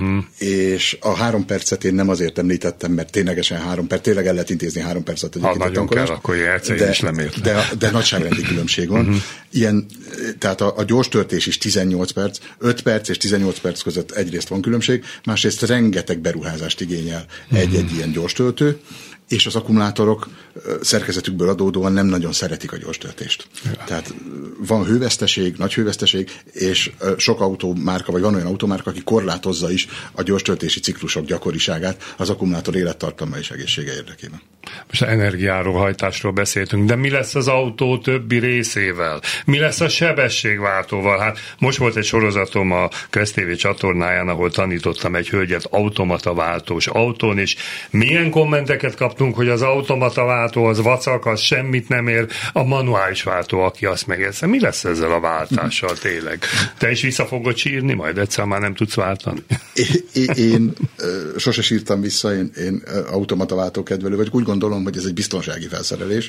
és a 3 percet én nem azért említettem, mert ténylegesen 3 perc, tényleg el lehet intézni 3 percet. Ha nagyon kell, akkor én is lemértem. De nagyságrendi különbség van. Ilyen, tehát a gyors töltés is 18 perc, 5 perc és 18 perc között egyrészt van különbség, másrészt rengeteg beruházást igényel egy ilyen gyors töltő, és az akkumulátorok szerkezetükből adódóan nem nagyon szeretik a gyors töltést. Tehát van hőveszteség, nagy hőveszteség, és sok autómárka, vagy van olyan autómárka, aki korlátozza is a gyors töltési ciklusok gyakoriságát az akkumulátor élettartama és egészsége érdekében. Most energiárohajtásról beszéltünk, de mi lesz az autó többi részével? Mi lesz a sebességváltóval? Hát most volt egy sorozatom a KözTV csatornáján, ahol tanítottam egy hölgyet automataváltós autón, és milyen kommenteket kaptunk, hogy az automataváltó az vacak, az semmit nem ér, a manuális váltó, aki azt megérsze. Mi lesz ezzel a váltással tényleg? Te is vissza fogod sírni, majd egyszer már nem tudsz váltani? Én sose sírtam vissza, én automataváltó kedvelő vagy. Úgy gondolom, hogy ez egy biztonsági felszerelés,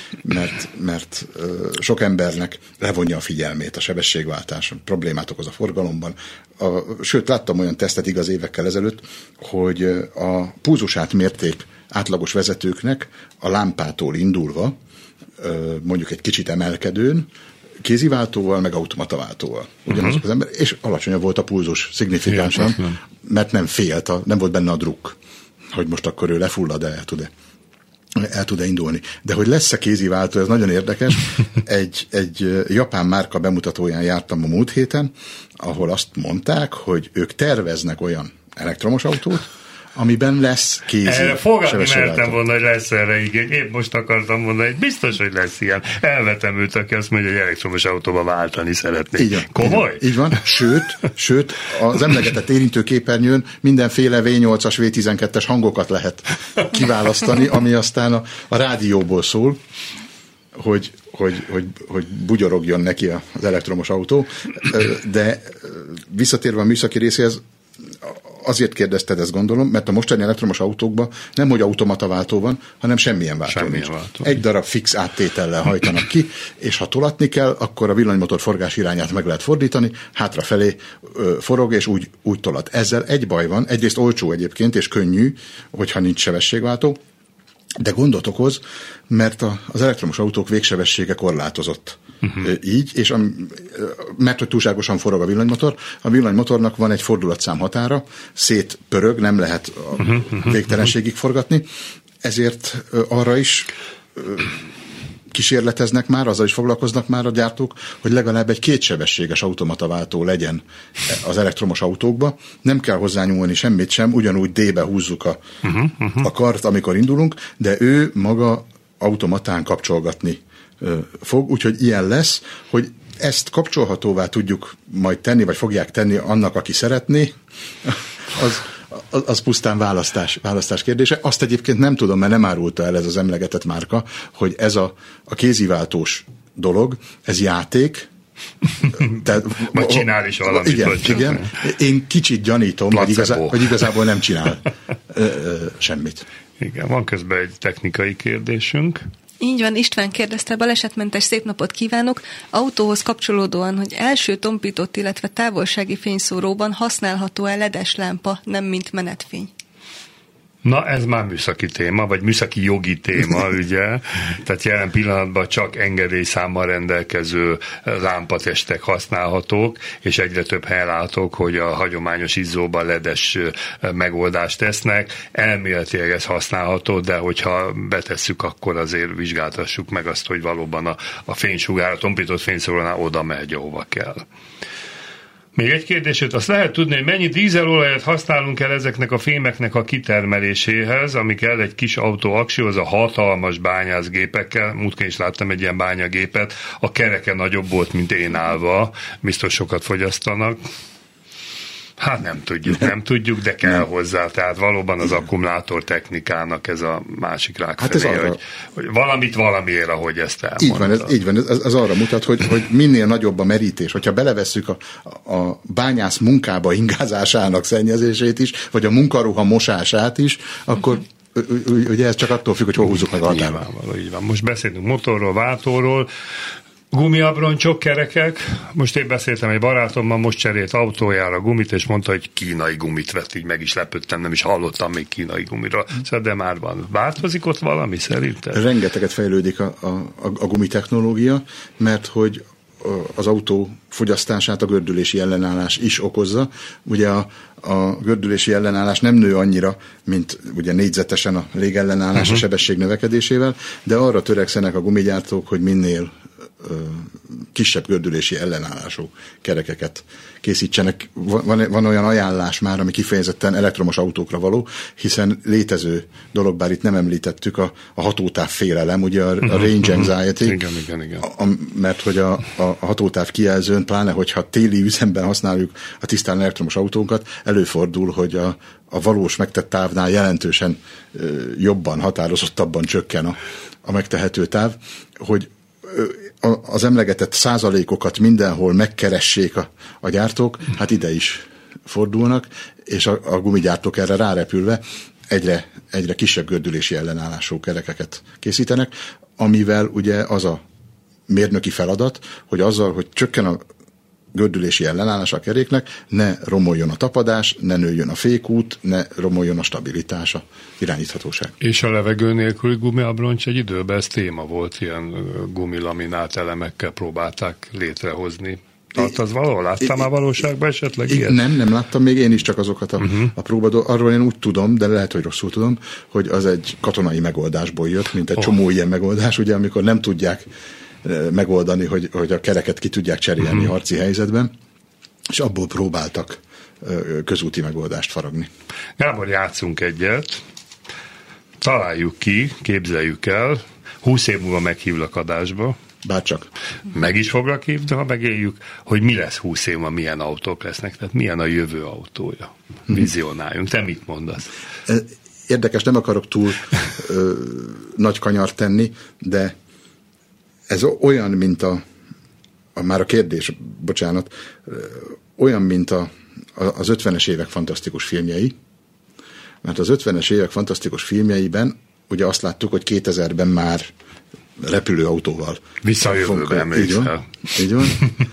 mert sok embernek levonja a figyelmét a sebességváltás, problémát okoz a forgalomban. Sőt, láttam olyan tesztet igaz évekkel ezelőtt, hogy a púzusát mérték átlagos vezetőknek a lámpától indulva, mondjuk egy kicsit emelkedőn, kéziváltóval, meg automataváltóval. Ugyanazok az ember, és alacsonyabb volt a pulzus szignifikánsan, mert nem félt, nem volt benne a drukk, hogy most akkor ő lefullad, de el tud-e indulni. De hogy lesz-e kéziváltó, ez nagyon érdekes. Egy japán márka bemutatóján jártam a múlt héten, ahol azt mondták, hogy ők terveznek olyan elektromos autót, amiben lesz kézi. Erre fogadni mertem volna, hogy lesz erre igény. Épp most akartam mondani, hogy biztos, hogy lesz ilyen. Elvetem őt, aki azt mondja, hogy elektromos autóba váltani szeretnék. Így van, komoly? Így van. Sőt, az emlegetett érintőképernyőn mindenféle V8-as, V12-es hangokat lehet kiválasztani, ami aztán a rádióból szól, hogy bugyorogjon neki az elektromos autó. De visszatérve a műszaki részéhez, azért kérdezted, ezt gondolom, mert a mostani elektromos autókban nem, hogy automataváltó van, hanem semmilyen váltó nincs. Egy darab fix áttétellel hajtanak ki, és ha tolatni kell, akkor a villanymotor forgás irányát meg lehet fordítani, hátrafelé forog, és úgy tolat. Ezzel egy baj van, egyrészt olcsó egyébként, és könnyű, hogyha nincs sebességváltó, de gondot okoz, mert az elektromos autók végsebessége korlátozott. Így, és mert hogy túlságosan forog a villanymotornak van egy fordulatszám határa, szétpörög, nem lehet végtelenségig forgatni, ezért arra is kísérleteznek már, azzal is foglalkoznak már a gyártók, hogy legalább egy kétsebességes automataváltó legyen az elektromos autókba. Nem kell hozzányúlni semmit sem, ugyanúgy D-be húzzuk a kart, amikor indulunk, de ő maga automatán kapcsolgatni fog, úgyhogy ilyen lesz, hogy ezt kapcsolhatóvá tudjuk majd tenni, vagy fogják tenni annak, aki szeretné, az pusztán választás kérdése. Azt egyébként nem tudom, mert nem árulta el ez az emlegetett márka, hogy ez a kéziváltós dolog, ez játék, majd csinál is valamit. Igen. Én kicsit gyanítom, hogy igazából nem csinál semmit. Igen, van közben egy technikai kérdésünk. Így van, István kérdezte, balesetmentes szép napot kívánok. Autóhoz kapcsolódóan, hogy első tompított, illetve távolsági fényszóróban használható-e LED-es lámpa, nem mint menetfény? Na, ez már műszaki téma, vagy műszaki jogi téma, ugye? Tehát jelen pillanatban csak engedélyszámmal rendelkező lámpatestek használhatók, és egyre több helyen látok, hogy a hagyományos izzóban ledes megoldást tesznek. Elméletileg ez használható, de hogyha betesszük, akkor azért vizsgáltassuk meg azt, hogy valóban a fénysugár, a tompított fényszórónál oda megy, ahova kell. Még egy kérdés, azt lehet tudni, hogy mennyi dízelolajat használunk el ezeknek a fémeknek a kitermeléséhez, ami kell egy kis autó aksihoz, a hatalmas bányászgépekkel. Múltkor is láttam egy ilyen bányagépet, a kereke nagyobb volt, mint én állva, biztos sokat fogyasztanak. Hát nem tudjuk, de kell hozzá. Tehát valóban az akkumulátor technikának ez a másik rákfelé, hát hogy valamit valamiért, ahogy ezt elmondta. Így van, ez arra mutat, hogy minél nagyobb a merítés. Hogyha belevesszük a bányász munkába ingázásának szennyezését is, vagy a munkaruha mosását is, akkor ugye ez csak attól függ, hogy hol húzzuk meg a határon. Nyilvánvaló, így van. Most beszélünk motorról, váltóról, gumiabroncsok, kerekek. Most én beszéltem egy barátommal, most cserélt autójára gumit, és mondta, hogy kínai gumit vett, így meg is lepődtem, nem is hallottam még kínai gumiról. Szóval de már van. Változik ott valami szerintem? Rengeteget fejlődik a gumitechnológia, mert hogy az autó fogyasztását a gördülési ellenállás is okozza. Ugye a gördülési ellenállás nem nő annyira, mint ugye négyzetesen a légellenállás a sebesség növekedésével, de arra törekszenek a gumigyártók, hogy minél kisebb gördülési ellenállású kerekeket készítsenek. Van olyan ajánlás már, ami kifejezetten elektromos autókra való, hiszen létező dolog, bár itt nem említettük, a hatótáv félelem, ugye a range anxiety, igen. Mert hogy a hatótáv kijelzőn, pláne hogyha téli üzemben használjuk a tisztán elektromos autókat, előfordul, hogy a valós megtett távnál jelentősen jobban, határozottabban csökken a megtehető táv, hogy az emlegetett százalékokat mindenhol megkeressék a gyártók, hát ide is fordulnak, és a gumigyártók erre rárepülve egyre kisebb gördülési ellenállású kerekeket készítenek, amivel ugye az a mérnöki feladat, hogy azzal, hogy csökken a gördülési ellenállás a keréknek, ne romoljon a tapadás, ne nőjön a fékút, ne romoljon a stabilitás, a irányíthatóság. És a levegő nélküli gumiabroncs egy időben ez téma volt, ilyen gumilaminált elemekkel próbálták létrehozni. Tehát az valahol láttál már valóságban esetleg ilyet? Nem láttam még én is csak azokat a próbadó. Arról én úgy tudom, de lehet, hogy rosszul tudom, hogy az egy katonai megoldásból jött, mint egy csomó ilyen megoldás, ugye, amikor nem tudják megoldani, hogy a kereket ki tudják cserélni harci helyzetben, és abból próbáltak közúti megoldást faragni. Gábor, játszunk egyet, találjuk ki, képzeljük el, 20 év múlva meghívlak adásba. Bárcsak. Meg is foglak hívni, ha megéljük, hogy mi lesz 20 év múlva, milyen autók lesznek, tehát milyen a jövő autója. Vizionáljunk. Te mit mondasz? Érdekes, nem akarok túl nagy kanyart tenni, de ez olyan, mint már a kérdés, bocsánat, olyan, mint az 50-es évek fantasztikus filmjei, mert az 50-es évek fantasztikus filmjeiben ugye azt láttuk, hogy 2000-ben már repülőautóval. Visszajövőben emlékszel. Így van.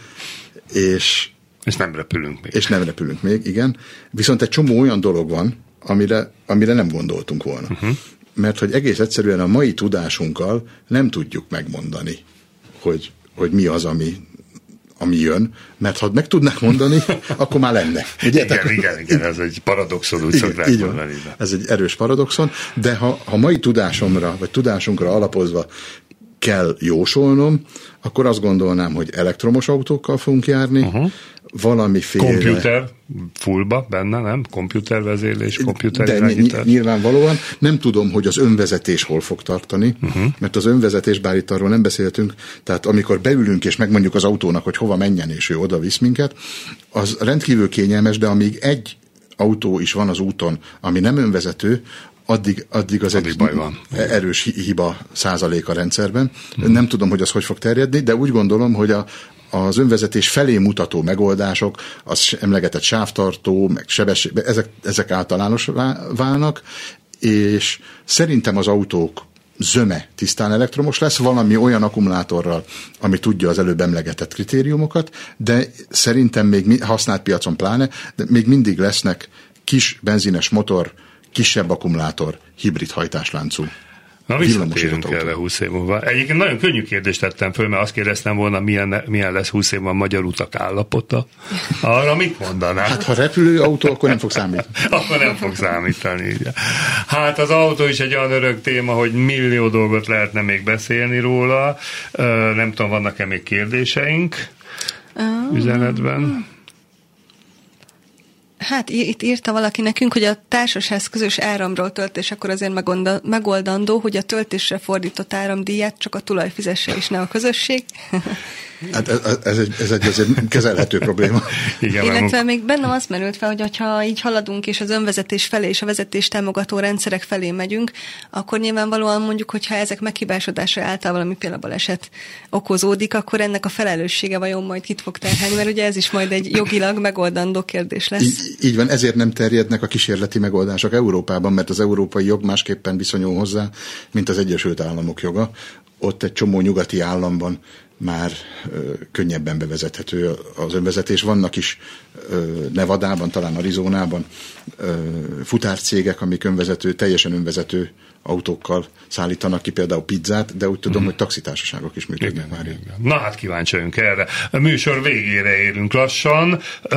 És nem repülünk még. És nem repülünk még, igen. Viszont egy csomó olyan dolog van, amire nem gondoltunk volna. Mert hogy egész egyszerűen a mai tudásunkkal nem tudjuk megmondani, hogy mi az, ami jön, mert ha meg tudnák mondani, akkor már lenne. Igen, ez egy paradoxon, úgy szokták mondani. Ez egy erős paradoxon, de ha mai tudásomra, vagy tudásunkra alapozva kell jósolnom, akkor azt gondolnám, hogy elektromos autókkal fogunk járni, valamiféle... Komputer fullba benne, nem? Komputervezérlés, komputerirányítás. De nyilvánvalóan nem tudom, hogy az önvezetés hol fog tartani, mert az önvezetés, bár itt arról nem beszéltünk, tehát amikor beülünk és megmondjuk az autónak, hogy hova menjen, és ő oda visz minket, az rendkívül kényelmes, de amíg egy autó is van az úton, ami nem önvezető, addig az egy erős hiba százalék a rendszerben. Nem tudom, hogy az hogy fog terjedni, de úgy gondolom, hogy az önvezetés felé mutató megoldások, az emlegetett sávtartó, meg sebesség, ezek általános válnak, és szerintem az autók zöme tisztán elektromos lesz, valami olyan akkumulátorral, ami tudja az előbb emlegetett kritériumokat, de szerintem még használt piacon pláne, de még mindig lesznek kis benzines motor kisebb akkumulátor, hibrid hajtásláncú. Na, visszatérünk erre 20 év múlva. Egyébként nagyon könnyű kérdést tettem föl, mert azt kérdeztem volna, milyen lesz 20 év múlva a magyar utak állapota. Arra mit mondanál? Hát, ha repülőautó, akkor nem fog számítani. Akkor nem fog számítani. Hát az autó is egy olyan örök téma, hogy millió dolgot lehetne még beszélni róla. Nem tudom, vannak-e még kérdéseink üzenetben? Hát itt írta valaki nekünk, hogy a társasház közös áramról töltés akkor azért megoldandó, hogy a töltésre fordított áramdíját csak a tulaj fizesse, és ne a közösség. Hát ez egy azért kezelhető probléma. Igen, illetve még bennem az merült fel, hogy ha így haladunk, és az önvezetés felé és a vezetés támogató rendszerek felé megyünk, akkor nyilvánvalóan mondjuk, hogyha ezek meghibásodásra által valami például baleset okozódik, akkor ennek a felelőssége vajon majd kit fog terhelni, mert ugye ez is majd egy jogilag megoldandó kérdés lesz. Így van, ezért nem terjednek a kísérleti megoldások Európában, mert az európai jog másképpen viszonyul hozzá, mint az Egyesült Államok joga. Ott egy csomó nyugati államban már könnyebben bevezethető az önvezetés. Vannak is Nevadában, talán Arizonában futárcégek, amik teljesen önvezető autókkal szállítanak ki például pizzát, de úgy tudom, hogy taxitársaságok is működnek már. Na hát kíváncsi vagyunk erre. A műsor végére érünk lassan.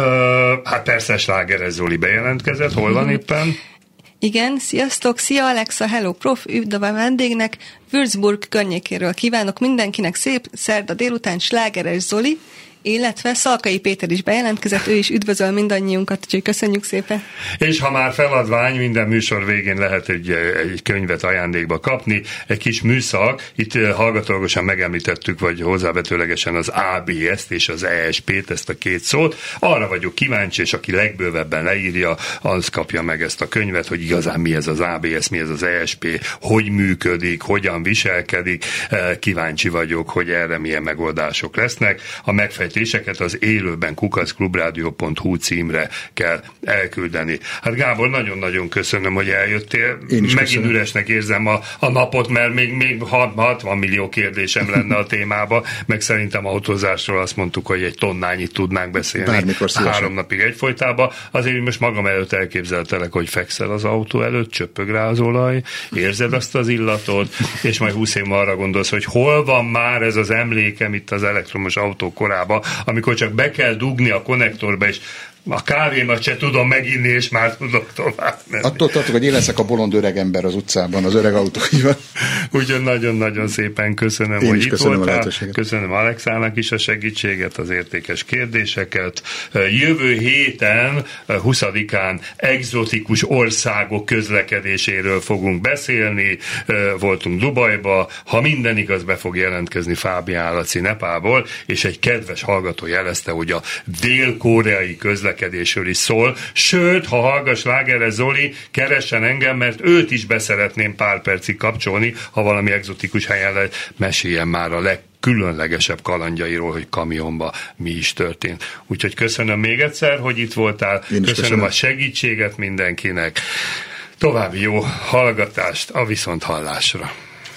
Hát persze Slágeres Zoli bejelentkezett. Hol van éppen? Igen, sziasztok, szia Alexa, hello prof, üdv a vendégnek, Würzburg környékéről kívánok mindenkinek szép szerda délután, Slágeres Zoli, illetve Szalkai Péter is bejelentkezett, ő is üdvözöl mindannyiunkat, úgyhogy köszönjük szépen. És ha már feladvány, minden műsor végén lehet egy könyvet ajándékba kapni, egy kis műszak, itt hallgatólagosan megemlítettük, vagy hozzávetőlegesen az ABS-t és az ESP-t, ezt a két szót, arra vagyok kíváncsi, és aki legbővebben leírja, az kapja meg ezt a könyvet, hogy igazán mi ez az ABS, mi ez az ESP, hogy működik, hogyan viselkedik, kíváncsi vagyok, hogy erre milyen megoldások lesznek. A megfejtéseket az élőben @clubradio.hu címre kell elküldeni. Hát Gábor, nagyon-nagyon köszönöm, hogy eljöttél. Megint üresnek érzem a napot, mert még 60 millió kérdésem lenne a témába, meg szerintem autózásról azt mondtuk, hogy egy tonnányit tudnánk beszélni. Bármikor szívesen. 3 napig egyfolytában. Azért most magam előtt elképzeltelek, hogy fekszel az autó előtt, csöppög rá az olaj, érzed azt az illatot, és majd 20 év arra gondolsz, hogy hol van már ez az emlékem itt az elektromos autó korában, amikor csak be kell dugni a konnektorba, és a kávémat se tudom meginni, és már tudok tovább menni. Attól tartok, hogy én leszek a bolond öreg ember az utcában, az öreg autóival. Úgyhogy nagyon-nagyon szépen köszönöm, én hogy is itt köszönöm voltál. Köszönöm Alexának is a segítséget, az értékes kérdéseket. Jövő héten, 20-án egzotikus országok közlekedéséről fogunk beszélni. Voltunk Dubajba. Ha minden igaz, be fog jelentkezni Fábián Laci Nepából, és egy kedves hallgató jelezte, hogy a dél-koreai közlekedésről is szól. Sőt, ha hallgass Slágeres Zoli, keressen engem, mert őt is beszeretném pár percig kapcsolni, ha valami egzotikus helyen lehet, meséljen már a legkülönlegesebb kalandjairól, hogy kamionba mi is történt. Úgyhogy köszönöm még egyszer, hogy itt voltál. Köszönöm a segítséget mindenkinek. További jó hallgatást a viszonthallásra.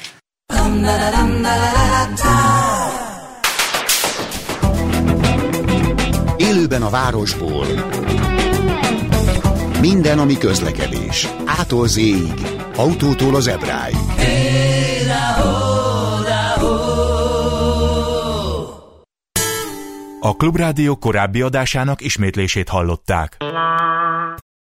Élőben a városból. Minden, ami közlekedés. A-tól Z-ig. Autótól az Ebráig. A Klubrádió korábbi adásának ismétlését hallották.